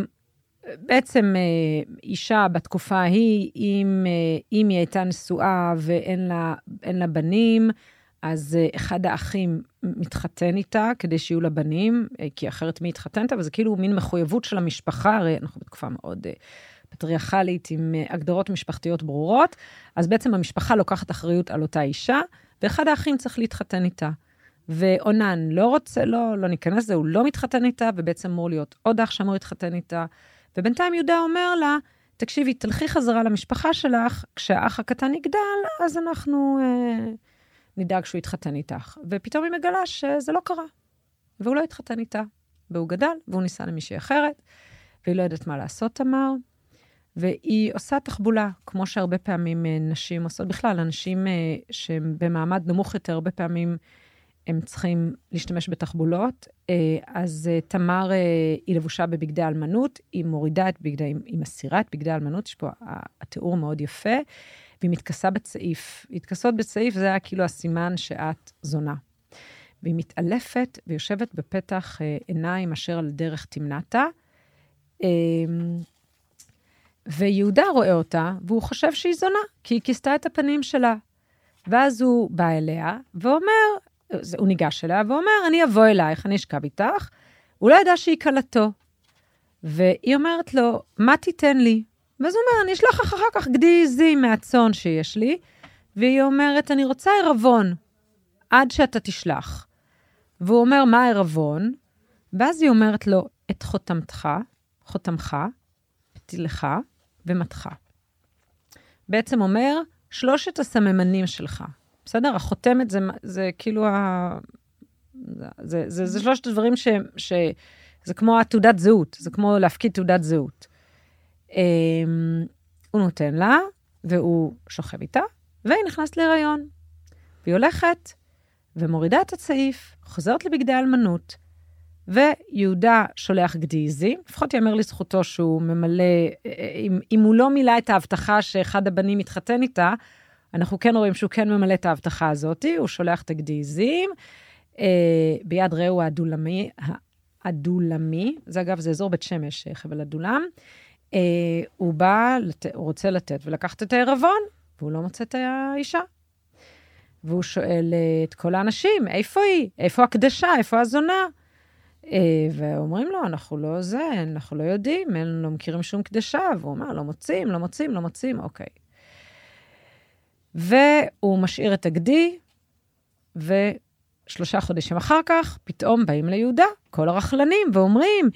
אישה בתקופה ההיא, אם היא הייתה נשואה ואין לה בנים, אז אחד האחים מתחתן איתה כדי שיהיו לה בנים, כי אחרת מי התחתן איתה, וזה כאילו מין מחויבות של המשפחה, הרי אנחנו בתקופה מאוד פטריארכלית עם הגדרות משפחתיות ברורות, אז בעצם המשפחה לוקחת אחריות על אותה אישה, ואחד האחים צריך להתחתן איתה. ועונן לא רוצה, לא ניכנס לזה, הוא לא מתחתן איתה, ובעצם אמור להיות עוד אח שאמור להתחתן איתה, ובינתיים יהודה אומר לה, תקשיבי, תלכי חזרה למשפחה שלך, כשהאח הקטן יגדל, אז אנחנו נדאג שהוא יתחתן איתך. ופתאום היא מגלה שזה לא קרה, והוא לא יתחתן איתה, והוא גדל, והוא ניסה למישהי אחרת, והיא לא יודעת מה לעשות, תמר, והיא עושה תחבולה, כמו שהרבה פעמים נשים עושות, בכלל, אנשים שהם במעמד נמוך יותר, הרבה פעמים הם צריכים להשתמש בתחבולות, אז תמר היא לבושה בבגדי אלמנות, היא מורידה את בגדי, היא מסירה את בגדי אלמנות, יש פה התיאור מאוד יפה, והיא מתכסה בצעיף. התכסות בצעיף זה היה כאילו הסימן שאת זונה. והיא מתעלפת ויושבת בפתח עיניים אשר על דרך תמנתה, ויהודה רואה אותה, והוא חושב שהיא זונה, כי היא כיסתה את הפנים שלה. ואז הוא בא אליה, ואומר, הוא ניגש אליה, ואומר, אני אבוא אלייך, אני אשכב איתך. הוא לא ידע שהיא קלתו. והיא אומרת לו, מה תיתן לי? ואז הוא אומר, אני אשלח אחר כך גדי עזים מהצאן שיש לי, והיא אומרת, אני רוצה ערבון, עד שאתה תשלח. והוא אומר, מה הערבון? ואז היא אומרת לו, את חותמך, פתילך ומתך. בעצם אומר, 3 הסממנים שלך. בסדר? החותמת זה כאילו זה 3 הדברים זה כמו תעודת זהות, זה כמו להפקיד תעודת זהות. הוא נותן לה, והוא שוכב איתה, והיא נכנסת להיריון. והיא הולכת, ומורידה את הצעיף, חוזרת לבגדי אלמנות, ויהודה שולח גדי עזים, לפחות יאמר לזכותו שהוא ממלא, אם הוא לא מילא את ההבטחה שאחד הבנים מתחתן איתה, אנחנו כן רואים שהוא כן ממלא את ההבטחה הזאת, הוא שולח את הגדי עזים, ביד רעהו הדולמי, זה אגב, זה אזור בית שמש, חבל הדולם, הוא רוצה לתת ולקחת את הערבון, והוא לא מוצא את האישה. והוא שואל את כל האנשים, איפה היא? איפה הקדשה? איפה הזונה? ואומרים לו, אנחנו לא יודעים, הם לא מכירים שום קדשה, והוא אומר, לא מוצאים, אוקיי. והוא משאיר את הגדי, 3 חודשים אחר כך, פתאום באים ליהודה, כל הרכלנים, ואומרים,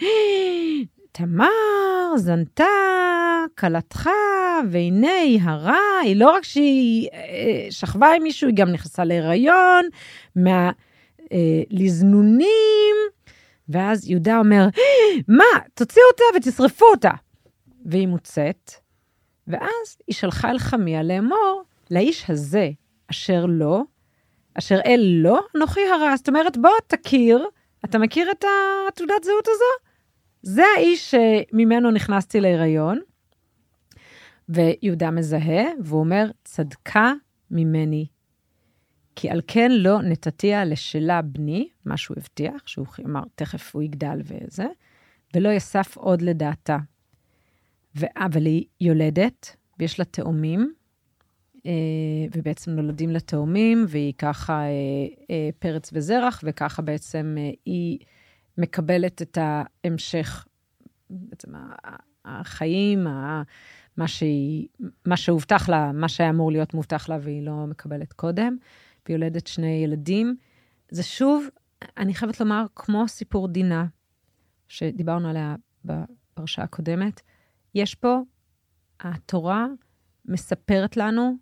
תמר, זנתה, קלתך, והנה היא הרע, היא לא רק שהיא שכבה עם מישהו, היא גם נכנסה להיריון, לזנונים, ואז יהודה אומר, מה? תוציאו אותה ותשרפו אותה. והיא מוצאת, ואז היא שלחה אל חמיה לאמור, לאיש הזה, אשר אל לא, אנוכי הרע. זאת אומרת, בוא תכיר, אתה מכיר את התעודת זהות הזו? זה האיש שממנו נכנסתי להיריון, ויהודה מזהה, והוא אומר, צדקה ממני, כי על כן לא נתתיה לשלה בני, מה שהוא הבטיח, שהוא אמר, תכף הוא יגדל וזה, ולא יסף עוד לדעתה. אבל היא יולדת, ויש לה תאומים, ובעצם נולדים לתאומים, והיא ככה פרץ וזרח, וככה בעצם היא מקבלת את ההמשך, בעצם החיים, מה שהובטח לה, מה שהיה אמור להיות מובטח לה, והיא לא מקבלת קודם, והיא יולדת 2 ילדים. זה שוב, אני חייבת לומר, כמו סיפור דינה, שדיברנו עליה בפרשה הקודמת, יש פה, התורה מספרת לנו,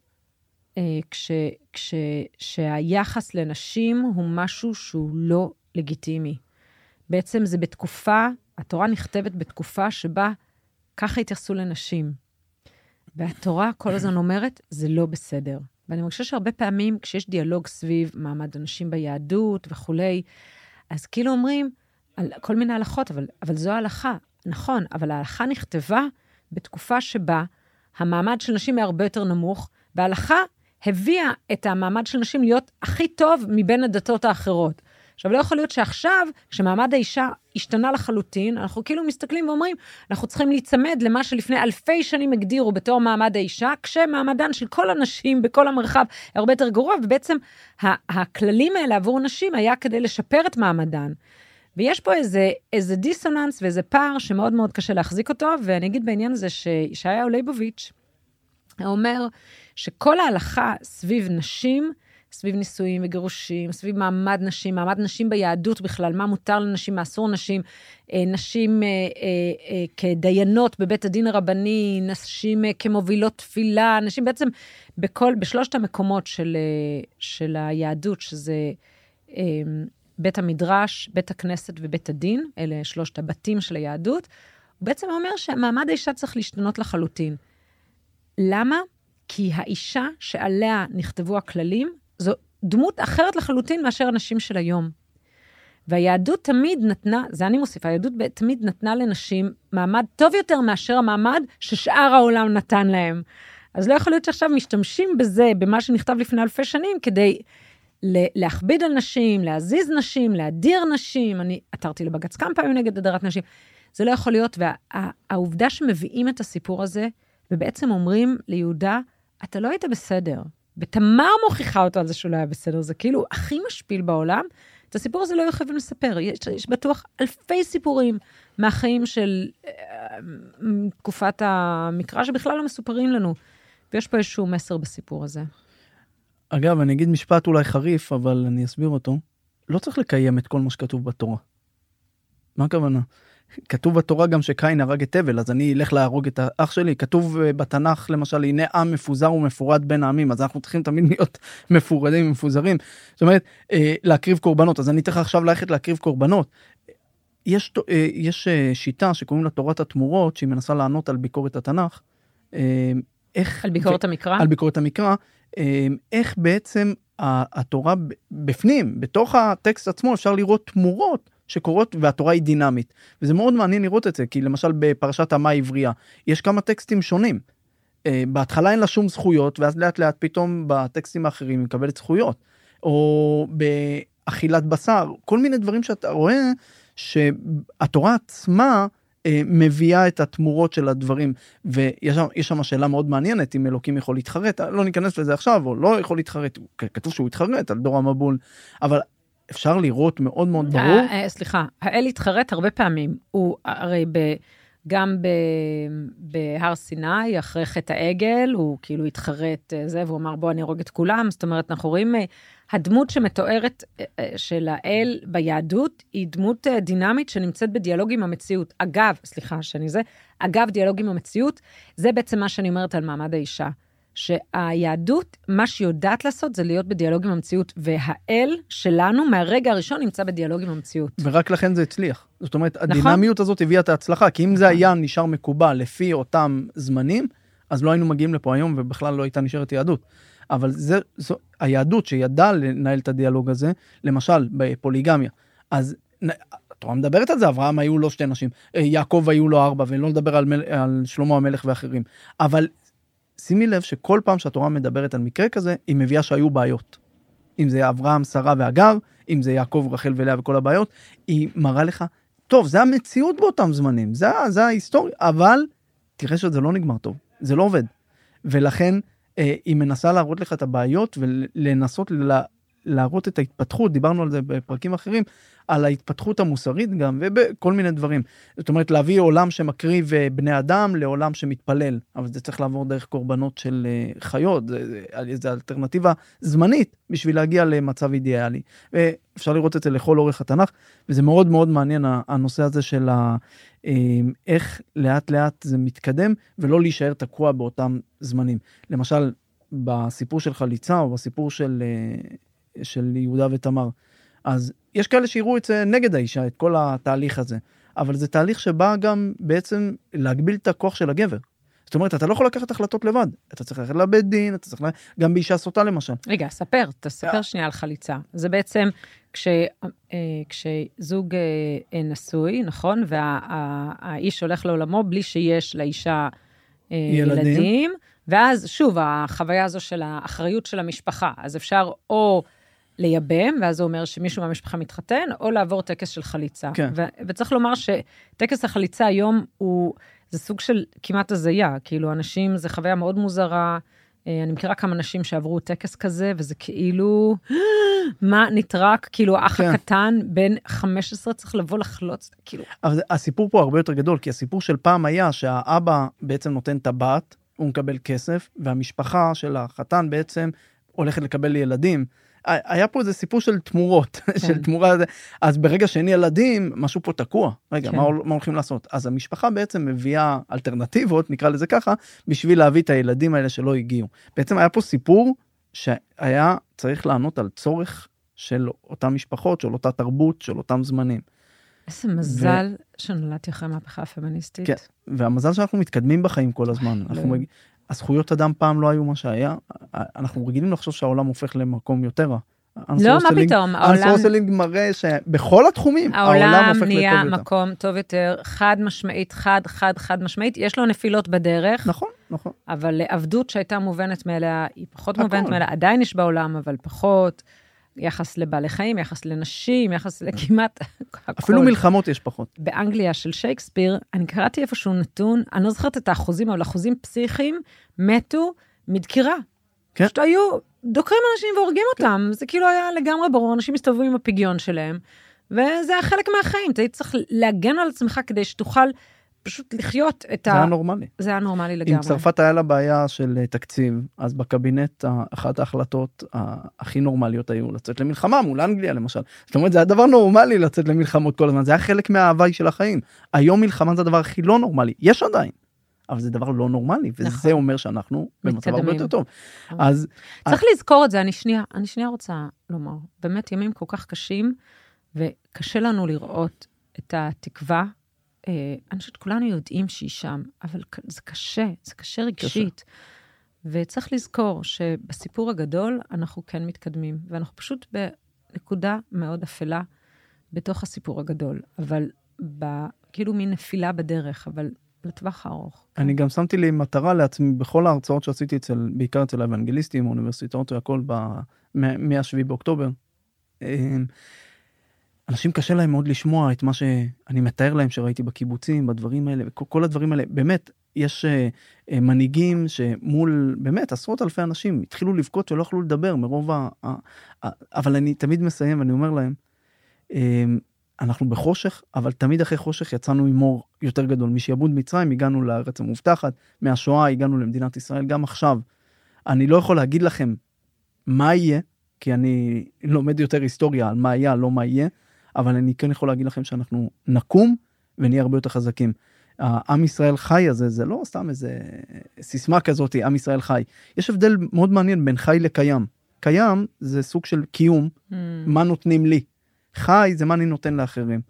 כשהיחס לנשים הוא משהו שהוא לא לגיטימי. בעצם זה בתקופה, התורה נכתבת בתקופה שבה ככה התייחסו לנשים. והתורה כל הזמן אומרת, זה לא בסדר. ואני מרגישה שהרבה פעמים, כשיש דיאלוג סביב מעמד הנשים ביהדות וכולי, אז כאילו אומרים, על כל מיני הלכות, אבל זו ההלכה. נכון, אבל ההלכה נכתבה בתקופה שבה המעמד של נשים היה הרבה יותר נמוך, וההלכה הביאה את המעמד של נשים להיות הכי טוב מבין הדתות האחרות. עכשיו, לא יכול להיות שעכשיו, כשמעמד האישה השתנה לחלוטין, אנחנו כאילו מסתכלים ואומרים, אנחנו צריכים להיצמד למה שלפני 1000 שנים הגדירו בתור מעמד האישה, כשמעמדן של כל הנשים בכל המרחב הרבה יותר גרוע, ובעצם הכללים האלה עבור נשים היה כדי לשפר את מעמדן. ויש פה איזה דיסוננס ואיזה פער שמאוד מאוד קשה להחזיק אותו, ואני אגיד בעניין הזה שישעיהו ליבוביץ' אומר שכל ההלכה סביב נשים, סביב נישואים וגירושים, סביב מעמד נשים ביהדות בכלל, מה מותר לנשים, מה אסור נשים, נשים כדיינות בבית הדין הרבני, נשים כמובילות תפילה, נשים בעצם בשלושת המקומות של היהדות, שזה בית המדרש, בית הכנסת ובית הדין, אלה 3 הבתים של היהדות, הוא בעצם אומר שהמעמד האישה צריך להשתנות לחלוטין. למה? כי האישה שעליה נכתבו הכללים, זו דמות אחרת לחלוטין מאשר הנשים של היום. והיהדות תמיד נתנה, זה אני מוסיפה, היהדות תמיד נתנה לנשים מעמד טוב יותר מאשר המעמד ששאר העולם נתן להם. אז לא יכול להיות שעכשיו משתמשים בזה, במה שנכתב לפני 1000 שנים, כדי להכביד על נשים, להזיז נשים, להדיר נשים. אני עתרתי לבג"ץ כמה פעמים נגד הדרת נשים. זה לא יכול להיות, והעובדה שמביאים את הסיפור הזה, ובעצם אומרים ליהודה, אתה לא היית בסדר. ותמר מוכיחה אותו על זה שהוא לא היה בסדר, זה כאילו הכי משפיל בעולם, את הסיפור הזה לא היו חייבים לספר, יש בטוח אלפי סיפורים מהחיים של תקופת המקרא, שבכלל לא מסופרים לנו, ויש פה איזשהו מסר בסיפור הזה. אגב, אני אגיד משפט אולי חריף, אבל אני אסביר אותו. לא צריך לקיים את כל מה שכתוב בתורה. מה הכוונה? כתוב בתורה גם שקין הרג את הבל, אז אני אלך להרוג את האח שלי. כתוב בתנ"ך, למשל, הנה עם מפוזר ומפורד בין העמים, אז אנחנו צריכים תמיד להיות מפורדים ומפוזרים. זאת אומרת, להקריב קורבנות, אז אני צריך עכשיו ללכת להקריב קורבנות. יש שיטה שקוראים לה תורת התמורות, שהיא מנסה לענות על ביקורת התנ"ך. על ביקורת המקרא? על ביקורת המקרא. איך בעצם התורה בפנים, בתוך הטקסט עצמו, אפשר לראות תמורות שקורות, והתורה היא דינמית. וזה מאוד מעניין לראות את זה, כי למשל בפרשת המה העברייה, יש כמה טקסטים שונים. בהתחלה אין לה שום זכויות, ואז לאט לאט פתאום בטקסטים האחרים היא מקבלת זכויות. או באכילת בשר, כל מיני דברים שאתה רואה, שהתורה עצמה מביאה את התמורות של הדברים, ויש שם שאלה מאוד מעניינת, אם אלוקים יכול להתחרט, לא ניכנס לזה עכשיו, או לא יכול להתחרט, כתוב שהוא התחרט על דור המבול, אבל אפשר לראות מאוד מאוד ברור. סליחה, האל התחרט הרבה פעמים, הוא הרי גם בהר סיני, אחרי חטא העגל, הוא כאילו התחרט זה, והוא אמר בוא אני ארוג את כולם, זאת אומרת אנחנו רואים, הדמות שמתוארת של האל ביהדות, היא דמות דינמית שנמצאת בדיאלוג עם המציאות. אגב, דיאלוג עם המציאות, זה בעצם מה שאני אומרת על מעמד האישה. שהיהדות, מה שהיא יודעת לעשות, זה להיות בדיאלוג עם המציאות, והאל שלנו, מהרגע הראשון, נמצא בדיאלוג עם המציאות. ורק לכן זה הצליח. זאת אומרת, הדינמיות הזאת הביאה את ההצלחה, כי אם זה היה נשאר מקובל לפי אותם זמנים, אז לא היינו מגיעים לפה היום, ובכלל לא הייתה נשארת יהדות. אבל זו היהדות שידעה לנהל את הדיאלוג הזה, למשל, בפוליגמיה. אז התורה מדברת על זה, אברהם היו לו 2 נשים, יעקב היו לו 4, ולא לדבר על שלמה המלך ואחרים. אבל שימי לב שכל פעם שהתורה מדברת על מקרה כזה, היא מביאה שהיו בעיות. אם זה אברהם, שרה והגר, אם זה יעקב, רחל ולאה וכל הבעיות, היא מראה לך, טוב, זה המציאות באותם זמנים, זה ההיסטוריה, אבל תראה שזה לא נגמר טוב, זה לא עובד. ולכן היא מנסה להראות לך את הבעיות, ולנסות להראות את ההתפתחות, דיברנו על זה בפרקים אחרים, על ההתפתחות המוסרית גם, ובכל מיני דברים. זאת אומרת, להביא עולם שמקריב בני אדם, לעולם שמתפלל, אבל זה צריך לעבור דרך קורבנות של חיות, זה אלטרנטיבה זמנית, בשביל להגיע למצב אידיאלי. ואפשר לראות את זה לכל אורך התנ"ך, וזה מאוד מאוד מעניין, הנושא הזה של איך לאט לאט זה מתקדם, ולא להישאר תקוע באותם זמנים. למשל, בסיפור של חליצה, או בסיפור של יהודה ותמר, אז יש כאלה שיראו את זה נגד האישה, את כל התהליך הזה, אבל זה תהליך שבא גם בעצם להגביל את הכוח של הגבר. זאת אומרת, אתה לא יכול לקחת החלטות לבד, אתה צריך ללכת לבית דין, אתה צריך גם באישה סוטה למשל. רגע, תספר שנייה על חליצה. זה בעצם כשזוג נשוי, נכון? והאיש הולך לעולמו בלי שיש לאישה ילדים, ואז שוב, החוויה הזו של האחריות של המשפחה, אז אפשר או לייבם, ואז הוא אומר שמישהו מהמשפחה מתחתן, או לעבור טקס של חליצה. כן. וצריך לומר שטקס החליצה היום זה סוג של כמעט הזיה, כאילו אנשים, זה חוויה מאוד מוזרה, אני מכירה כמה אנשים שעברו טקס כזה, וזה כאילו, מה נטרק, כאילו האח הקטן, בין 15 צריך לבוא לחלוץ, כאילו. אבל הסיפור פה הרבה יותר גדול, כי הסיפור של פעם היה שהאבא בעצם נותן טבעת, הוא מקבל כסף, והמשפחה של החתן בעצם הולכת לקבל ילדים. היה פה איזה סיפור של תמורות, של תמורה, אז ברגע שאין ילדים, משהו פה תקוע. רגע, מה הולכים לעשות? אז המשפחה בעצם מביאה אלטרנטיבות, נקרא לזה ככה, בשביל להביא את הילדים האלה שלא הגיעו. בעצם היה פה סיפור שהיה צריך לענות על צורך של אותן משפחות, של אותה תרבות, של אותם זמנים. איזה מזל שנולדתי אחרי מהפכה הפמיניסטית. כן, והמזל שאנחנו מתקדמים בחיים כל הזמן. הזכויות אדם פעם לא היו מה שהיה, אנחנו רגילים לחשוב שהעולם הופך למקום יותר רע. לא, מה פתאום? האנסורסלינג מראה שבכל התחומים העולם הופך לטוב יותר. העולם נהיה מקום טוב יותר, חד משמעית, חד משמעית, יש לו נפילות בדרך. נכון, נכון. אבל עבדות שהייתה מובנת מאליה, היא פחות מובנת מאליה, עדיין יש בעולם, אבל פחות. יחס לבעלי חיים, יחס לנשים, יחס לכמעט הכל. אפילו מלחמות יש פחות. באנגליה של שייקספיר, אני קראתי איפשהו נתון, אני לא זוכרת את האחוזים, אבל אחוזים פסיכיים מתו מדקירה. כן. פשוט היו דוקרים אנשים והורגים אותם, זה כאילו היה לגמרי ברור, אנשים מסתובבים עם הפגיון שלהם, וזה היה חלק מהחיים, אתה צריך להגן על עצמך כדי שתוכל פשוט לחיות את זה היה נורמלי. זה היה נורמלי לגמרי. אם צרפת היה לה בעיה של תקציב, אז בקבינט, אחת ההחלטות הכי נורמליות היו לצאת למלחמה, מול אנגליה למשל. זאת אומרת, זה היה דבר נורמלי לצאת למלחמות כל הזמן, זה היה חלק מההוואי של החיים. היום מלחמה זה הדבר הכי לא נורמלי. יש עדיין, אבל זה דבר לא נורמלי, וזה אומר שאנחנו במצב הרבה יותר טוב. אז צריך לזכור את זה, אני שנייה רוצה לומר, באמת ימים כל כך קשים, וקשה לנו לראות את התקווה, אני חושבת כולנו יודעים שהיא שם, אבל זה קשה רגשית, וצריך לזכור שבסיפור הגדול אנחנו כן מתקדמים, ואנחנו פשוט בנקודה מאוד אפלה בתוך הסיפור הגדול, אבל כאילו מין נפילה בדרך, אבל לטווח הארוך. אני גם שמתי לי מטרה לעצמי, בכל ההרצאות שעשיתי בעיקר אצל האוונגליסטים, האוניברסיטאות והכל, מ-7 באוקטובר, אנשים קשה להם מאוד לשמוע את מה שאני מתאר להם שראיתי בקיבוצים, בדברים האלה, כל הדברים האלה. באמת, יש מנהיגים שמול, באמת, עשרות אלפי אנשים התחילו לבכות שלא יכלו לדבר מרוב אבל אני תמיד מסיים ואני אומר להם, אנחנו בחושך, אבל תמיד אחרי חושך יצאנו עם אור יותר גדול. משעבוד מצרים הגענו לארץ המובטחת, מהשואה הגענו למדינת ישראל, גם עכשיו. אני לא יכול להגיד לכם מה יהיה, כי אני לומד יותר היסטוריה על מה היה, לא מה יהיה, אבל אני כן יכול להגיד לכם שאנחנו נקום ונהיה הרבה יותר חזקים. עם ישראל חי הזה, זה לא סתם איזה סיסמה כזאת, עם ישראל חי. יש הבדל מאוד מעניין בין חי לקיים. קיים זה סוג של קיום, מה נותנים לי. חי זה מה אני נותן לאחרים.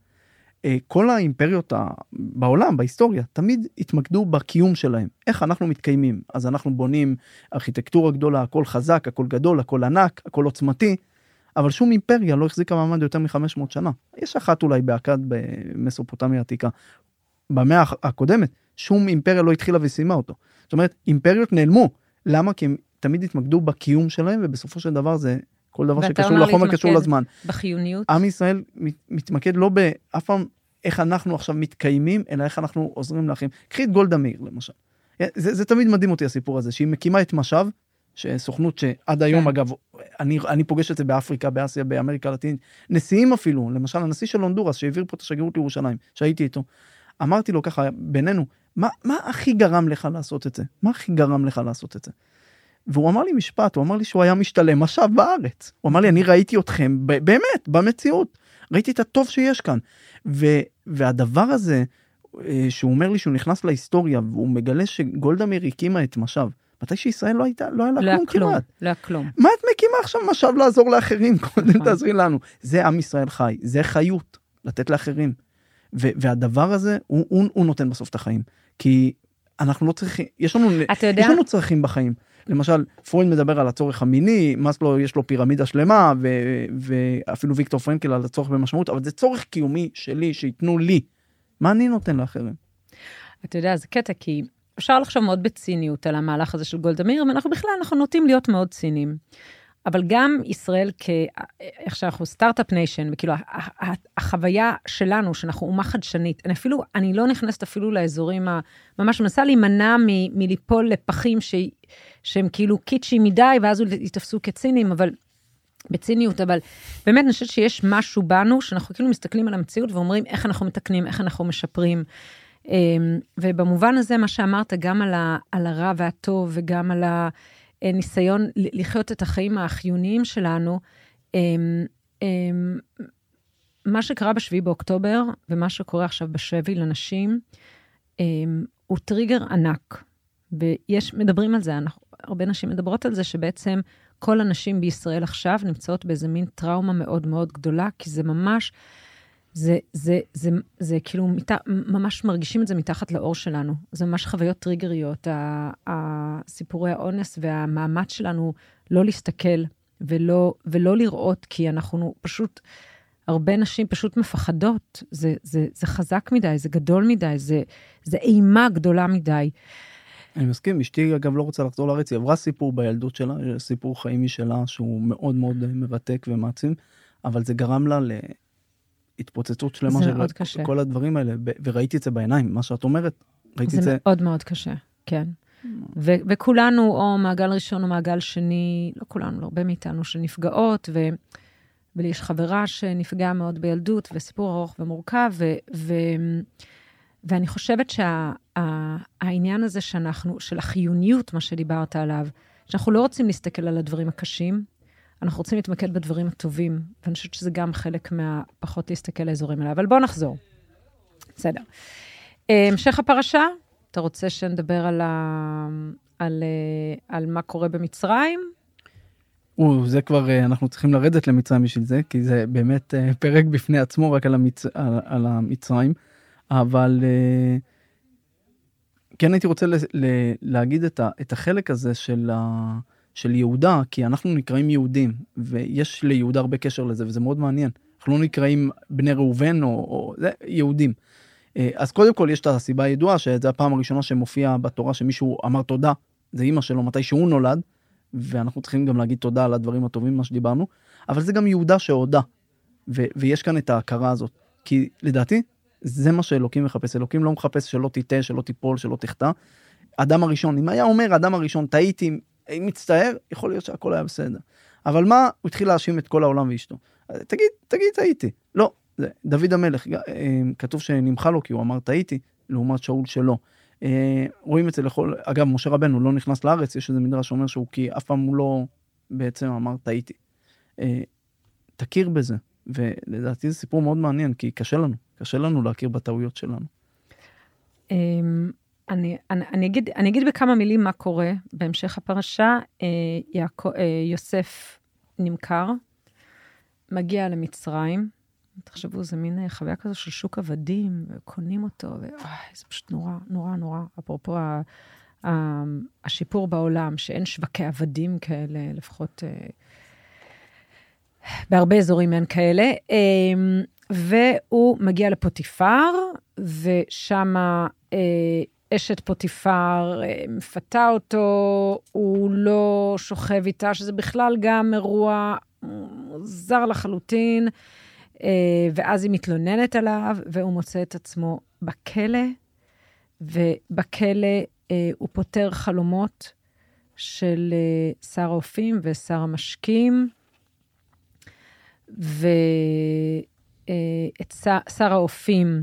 כל האימפריות בעולם, בהיסטוריה, תמיד התמקדו בקיום שלהם. איך אנחנו מתקיימים? אז אנחנו בונים ארכיטקטורה גדולה, הכל חזק, הכל גדול, הכל ענק, הכל עוצמתי, אבל שום אימפריה לא החזיקה מעמד יותר מ-500 שנה. יש אחת אולי באכד במסופוטמיה העתיקה. במאה הקודמת, שום אימפריה לא התחילה וסיימה אותו. זאת אומרת, אימפריות נעלמו. למה? כי הם תמיד התמקדו בקיום שלהם, ובסופו של דבר זה כל דבר שקשור לחומר, קשור לזמן. בחיוניות. עם ישראל מתמקד לא באף פעם איך אנחנו עכשיו מתקיימים, אלא איך אנחנו עוזרים לאחרים. קחי את גולדה מאיר, למשל. זה תמיד מדהים אותי הסיפור הזה, שהיא מקימה את משאב, שסוכנות שעד היום, אגב, אני פוגש את זה באפריקה, באסיה, באמריקה הלטינית, נשיאים אפילו, למשל, הנשיא של הונדורס, שהעביר פה את השגרירות לירושלים, שהייתי איתו, אמרתי לו ככה, בינינו, מה הכי גרם לך לעשות את זה? מה הכי גרם לך לעשות את זה? והוא אמר לי משפט, הוא אמר לי שהוא היה משתלם משאב בארץ. הוא אמר לי, אני ראיתי אתכם, באמת, במציאות. ראיתי את הטוב שיש כאן. והדבר הזה, שהוא אומר לי שהוא נכנס להיסטוריה, והוא מגלה שגולדה מאיר הקימה את משאב. מתי שישראל לא היה לה כלום כמעט. לא היה כלום. מה את מקימה עכשיו משאב לעזור לאחרים? קודם תעזרי לנו. זה עם ישראל חי, זה חיות, לתת לאחרים. והדבר הזה, הוא נותן בסוף את החיים. כי אנחנו לא צריכים, יש לנו צרכים בחיים. למשל, פרויד מדבר על הצורך המיני, מאסלו יש לו פירמידה שלמה, ואפילו ויקטור פרנקל על הצורך במשמעות, אבל זה צורך קיומי שלי, שיתנו לי. מה אני נותן לאחרים? אתה יודע, זה קטע, כי אפשר לחשוב מאוד בציניות על המהלך הזה של גולדה מאיר, ואנחנו בכלל, אנחנו נוטים להיות מאוד ציניים. אבל גם ישראל, איך שאנחנו סטארט-אפ ניישן, וכאילו, החוויה שלנו, שאנחנו אומה חדשנית, אני לא נכנסת אפילו לאזורים, ממש מנסה להימנע מליפול לפחים שהם כאילו קיצ'י מדי, ואז יתפסו כצינים, אבל בציניות, אבל באמת אני חושבת שיש משהו בנו, שאנחנו כאילו מסתכלים על המציאות, ואומרים איך אנחנו מתקנים, איך אנחנו משפרים, ובמובן הזה, מה שאמרת, גם על הרע והטוב, וגם על ניסיון לחיות את החיים החיוניים שלנו, מה שקרה ב7 באוקטובר, ומה שקורה עכשיו בשבי לנשים, הוא טריגר ענק, מדברים על זה, הרבה נשים מדברות על זה, שבעצם כל הנשים בישראל עכשיו נמצאות באיזה מין טראומה מאוד מאוד גדולה, כי זה ממש, זה כאילו, ממש מרגישים את זה מתחת לאור שלנו. זה ממש חוויות טריגריות, הסיפורי האונס והמאמץ שלנו לא להסתכל ולא לראות, כי אנחנו פשוט, הרבה נשים פשוט מפחדות. זה חזק מדי, זה גדול מדי, זה אימה גדולה מדי. אני מסכים, אשתי אגב לא רוצה לחזור לארץ, היא עברה סיפור בילדות שלה, סיפור חיים משלה שהוא מאוד מאוד מרתק ומעצים, אבל זה גרם לה להתפוצצות שלמה של כל הדברים האלה, וראיתי את זה בעיניים, מה שאת אומרת, ראיתי את זה. זה מאוד מאוד קשה, כן. וכולנו, או מעגל ראשון או מעגל שני, לא כולנו, לא הרבה מאיתנו שנפגעות, ולי יש חברה שנפגעה מאוד בילדות, וסיפור ארוך ומורכב, ואני חושבת שהעניין הזה של החיוניות, מה שדיברת עליו, שאנחנו לא רוצים להסתכל על הדברים הקשים, אנחנו רוצים להתמקד בדברים הטובים, ואני חושבת שזה גם חלק מהפחות להסתכל על האזורים האלה. אבל בואו נחזור. בסדר. המשך הפרשה, אתה רוצה שנדבר על מה קורה במצרים? זה כבר, אנחנו צריכים לרדת למצרים בשביל זה, כי זה באמת פרק בפני עצמו, רק על המצרים. אבל כן הייתי רוצה להגיד את החלק הזה של יהודה, כי אנחנו נקראים יהודים, ויש ליהודה הרבה קשר לזה, וזה מאוד מעניין. אנחנו לא נקראים בני ראובן או זה, יהודים. אז קודם כל יש את הסיבה הידועה, שזו הפעם הראשונה שמופיע בתורה שמישהו אמר תודה, זה אמא שלו, מתי שהוא נולד, ואנחנו צריכים גם להגיד תודה על הדברים הטובים, מה שדיברנו, אבל זה גם יהודה שהודה, ויש כאן את ההכרה הזאת, כי לדעתי, זה מה שאלוקים מחפש, אלוקים לא מחפש שלא תיטה, שלא תיפול, שלא תחטא, אדם הראשון, אם היה אומר אדם הראשון, טעיתי, מצטער, יכול להיות שהכל היה בסדר, אבל מה, הוא התחיל להאשים את כל העולם ואשתו, תגיד, טעיתי, לא, דוד המלך, כתוב שנמחה לו, כי הוא אמר טעיתי, לעומת שאול שלו, רואים את זה לכל, אגב, משה רבנו לא נכנס לארץ, יש איזה מדרש שאומר שהוא, כי אף פעם הוא לא בעצם אמר טעיתי. תכיר בזה, ולדעתי זה סיפור מאוד מעניין, כי קשה לנו להכיר בטעויות שלנו. אני אגיד בכמה מילים מה קורה בהמשך הפרשה. יוסף נמכר, מגיע למצרים, תחשבו, זה מין חוויה כזו של שוק עבדים, וקונים אותו, זה פשוט נורא. אפרופו השיפור בעולם, שאין שווקי עבדים כאלה, לפחות בהרבה אזורים אין כאלה, והוא מגיע לפוטיפר, ושם אשת פוטיפר מפתה אותו, הוא לא שוכב איתה, שזה בכלל גם אירוע מוזר לחלוטין, ואז היא מתלוננת עליו, והוא מוצא את עצמו בכלא, ובכלא הוא פותר חלומות של שר האופים ושר המשקים, ואת שר האופים,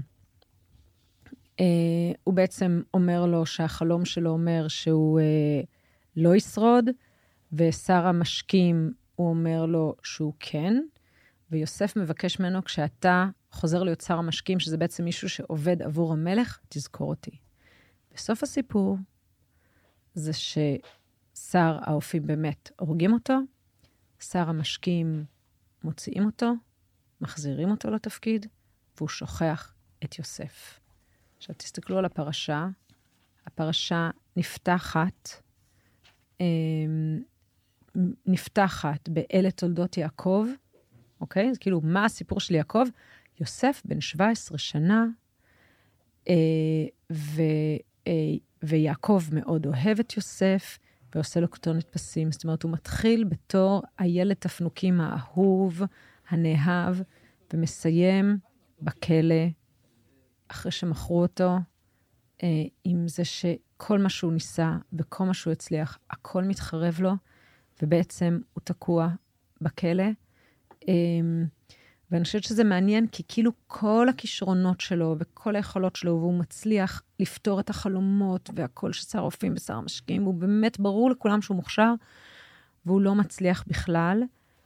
הוא בעצם אומר לו שהחלום שלו אומר שהוא לא ישרוד, ושר המשקים הוא אומר לו שהוא כן, ויוסף מבקש ממנו, כשאתה חוזר להיות שר המשקים, שזה בעצם מישהו שעובד עבור המלך, תזכור אותי. בסוף הסיפור, זה ששר האופים באמת הורגים אותו, שר המשקים מוציאים אותו, מחזירים אותו לתפקיד, והוא שוכח את יוסף. עכשיו תסתכלו על הפרשה, הפרשה נפתחת באלה תולדות יעקב, אוקיי? אז כאילו, מה הסיפור של יעקב? יוסף בן 17 שנה, ויעקב מאוד אוהב את יוסף, ועושה לו כתונת פסים. זאת אומרת, הוא מתחיל בתור הילד תפנוקים האהוב, הנאהב, ומסיים בכלא, אחרי שמכרו אותו, עם זה שכל מה שהוא ניסה, וכל מה שהוא הצליח, הכל מתחרב לו, ובעצם הוא תקוע בכלא. ואני חושבת שזה מעניין, כי כאילו כל הכישרונות שלו, וכל היכולות שלו, והוא מצליח לפתור את החלומות, והכל ששר האופים ושר המשקים, הוא באמת ברור לכולם שהוא מוכשר, והוא לא מצליח בכלל.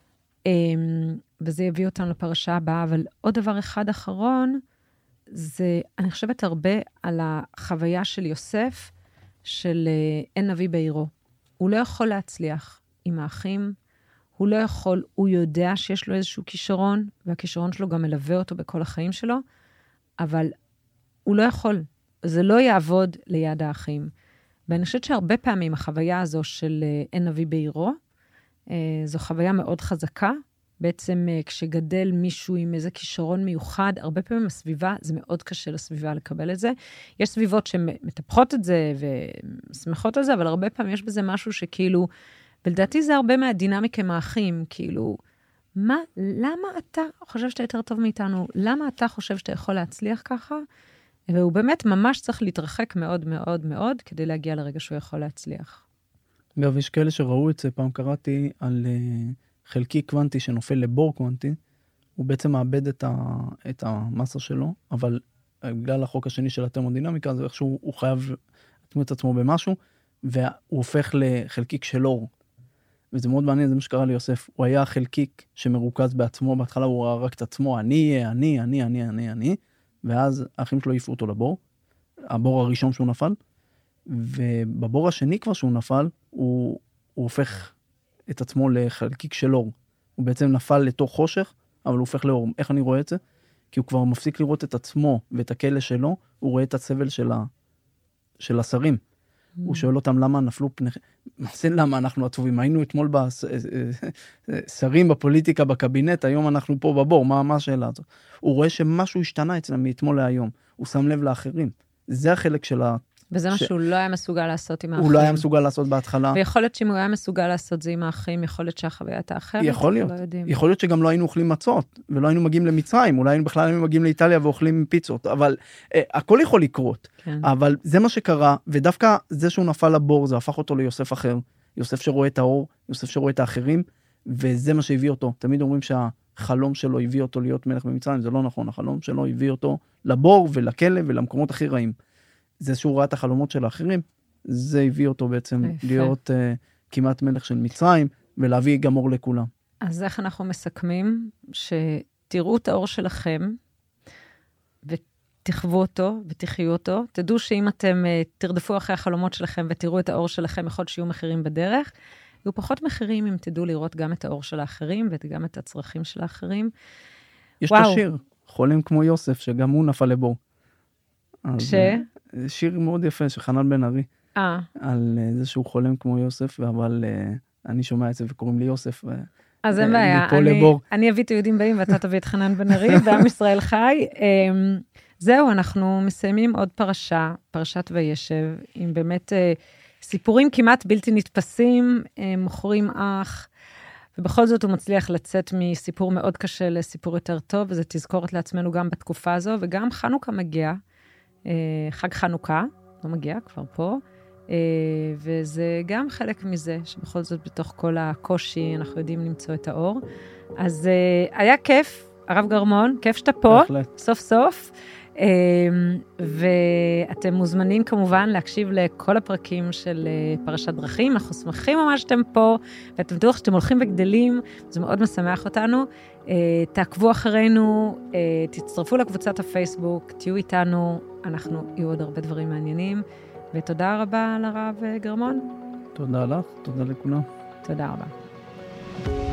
וזה יביא אותנו לפרשה הבאה, אבל עוד דבר אחד אחרון, זה, אני חושבת הרבה על החוויה של יוסף, של אין נביא בעירו. הוא לא יכול להצליח עם האחים, הוא לא יכול, הוא יודע שיש לו איזשהו כישרון, והכישרון שלו גם מלווה אותו בכל החיים שלו, אבל הוא לא יכול, זה לא יעבוד ליד האחים. ואני חושבת שהרבה פעמים החוויה הזו של אין נביא בעירו, זו חוויה מאוד חזקה, בעצם כשגדל מישהו עם איזה כישרון מיוחד, הרבה פעמים הסביבה, זה מאוד קשה לסביבה לקבל את זה. יש סביבות שמטפחות את זה ושמחות על זה, אבל הרבה פעמים יש בזה משהו שכאילו, ולדעתי זה הרבה מהדינמיקה עם האחים, כאילו, למה אתה חושב שאתה יותר טוב מאיתנו? למה אתה חושב שאתה יכול להצליח ככה? והוא באמת ממש צריך להתרחק מאוד מאוד מאוד, כדי להגיע לרגע שהוא יכול להצליח. אגב, יש כאלה שראו את זה, פעם קראתי על חלקי קוונטי שנופל לבור קוונטי, הוא בעצם מאבד את המסה שלו, אבל בגלל החוק השני של התרמודינמיקה, זה איכשהו הוא חייב לתמות את עצמו במשהו, והוא הופך לחלקיק של אור. וזה מאוד מעניין, זה מה שקרה ליוסף. הוא היה חלקיק שמרוכז בעצמו, בהתחלה הוא ראה רק את עצמו, אני, ואז האחים שלו העיפו אותו לבור, הבור הראשון שהוא נפל, ובבור השני כבר שהוא נפל, הוא הופך את עצמו לחלקיק של אור. הוא בעצם נפל לתוך חושך, אבל הוא הופך לאור. איך אני רואה את זה? כי הוא כבר מפסיק לראות את עצמו ואת הכלא שלו, הוא רואה את הסבל של השרים. הוא שואל אותם למה נפלו פניכם, למה אנחנו עצובים, היינו אתמול שרים בפוליטיקה בקבינט, היום אנחנו פה בבור, מה השאלה הזאת? הוא רואה שמשהו השתנה אצלם מאתמול להיום, הוא שם לב לאחרים, זה החלק של וזה מה שהוא לא היה מסוגל לעשות עם האחים. הוא לא היה מסוגל לעשות בהתחלה. ויכול להיות שאם הוא היה מסוגל לעשות זה עם האחים, יכול להיות שהחוויה הייתה אחרת. יכול להיות. יכול להיות שגם לא היינו אוכלים מצות, ולא היינו מגיעים למצרים, אולי היינו בכלל היינו מגיעים לאיטליה ואוכלים פיצות, אבל הכל יכול לקרות. כן. אבל זה מה שקרה, ודווקא זה שהוא נפל לבור, זה הפך אותו ליוסף אחר. יוסף שרואה את האור, יוסף שרואה את האחרים, וזה מה שהביא אותו. תמיד אומרים שהחלום שלו הביא אותו להיות מלך במצרים, זה לא נכון, החלום שלו הביא אותו לבור ולכלא ולמקומות הכי רעים. זה שהוא ראה את החלומות של האחרים, זה הביא אותו בעצם להיות כמעט מלך של מצרים, ולהביא גם אור לכולם. אז איך אנחנו מסכמים? שתראו את האור שלכם, ותחוו אותו, ותחיו אותו. תדעו שאם אתם תרדפו אחרי החלומות שלכם, ותראו את האור שלכם, יכול שיהיו מחירים בדרך. יהיו פחות מחירים אם תדעו לראות גם את האור של האחרים, וגם את הצרכים של האחרים. יש את השיר, חולם כמו יוסף, שגם הוא נפל לבור. שיר מאוד יפה של חנן בן ארי, על זה שהוא חולם כמו יוסף, אבל אני שומע את זה וקוראים לי יוסף. אז אין בעיה, אני אביא את היהודים באים ואתה תביא את חנן בן ארי, ועם ישראל חי. זהו, אנחנו מסיימים עוד פרשה, פרשת וישב, עם באמת סיפורים כמעט בלתי נתפסים, מוכרים אח, ובכל זאת הוא מצליח לצאת מסיפור מאוד קשה לסיפור יותר טוב, וזה תזכורת לעצמנו גם בתקופה הזו, וגם חנוכה מגיע, חג חנוכה, לא מגיע, כבר פה, וזה גם חלק מזה, שבכל זאת בתוך כל הקושי אנחנו יודעים למצוא את האור. אז היה כיף, הרב גרמון, כיף שאתה פה, סוף סוף, ואתם מוזמנים כמובן להקשיב לכל הפרקים של פרשת דרכים, אנחנו שמחים ממש שאתם פה, ואתם בטוח שאתם הולכים וגדלים, זה מאוד משמח אותנו, תעקבו אחרינו, תצטרפו לקבוצת הפייסבוק, תהיו איתנו, אנחנו יהיו עוד הרבה דברים מעניינים, ותודה רבה לרב גרמון. תודה לך, תודה לכולם. תודה רבה.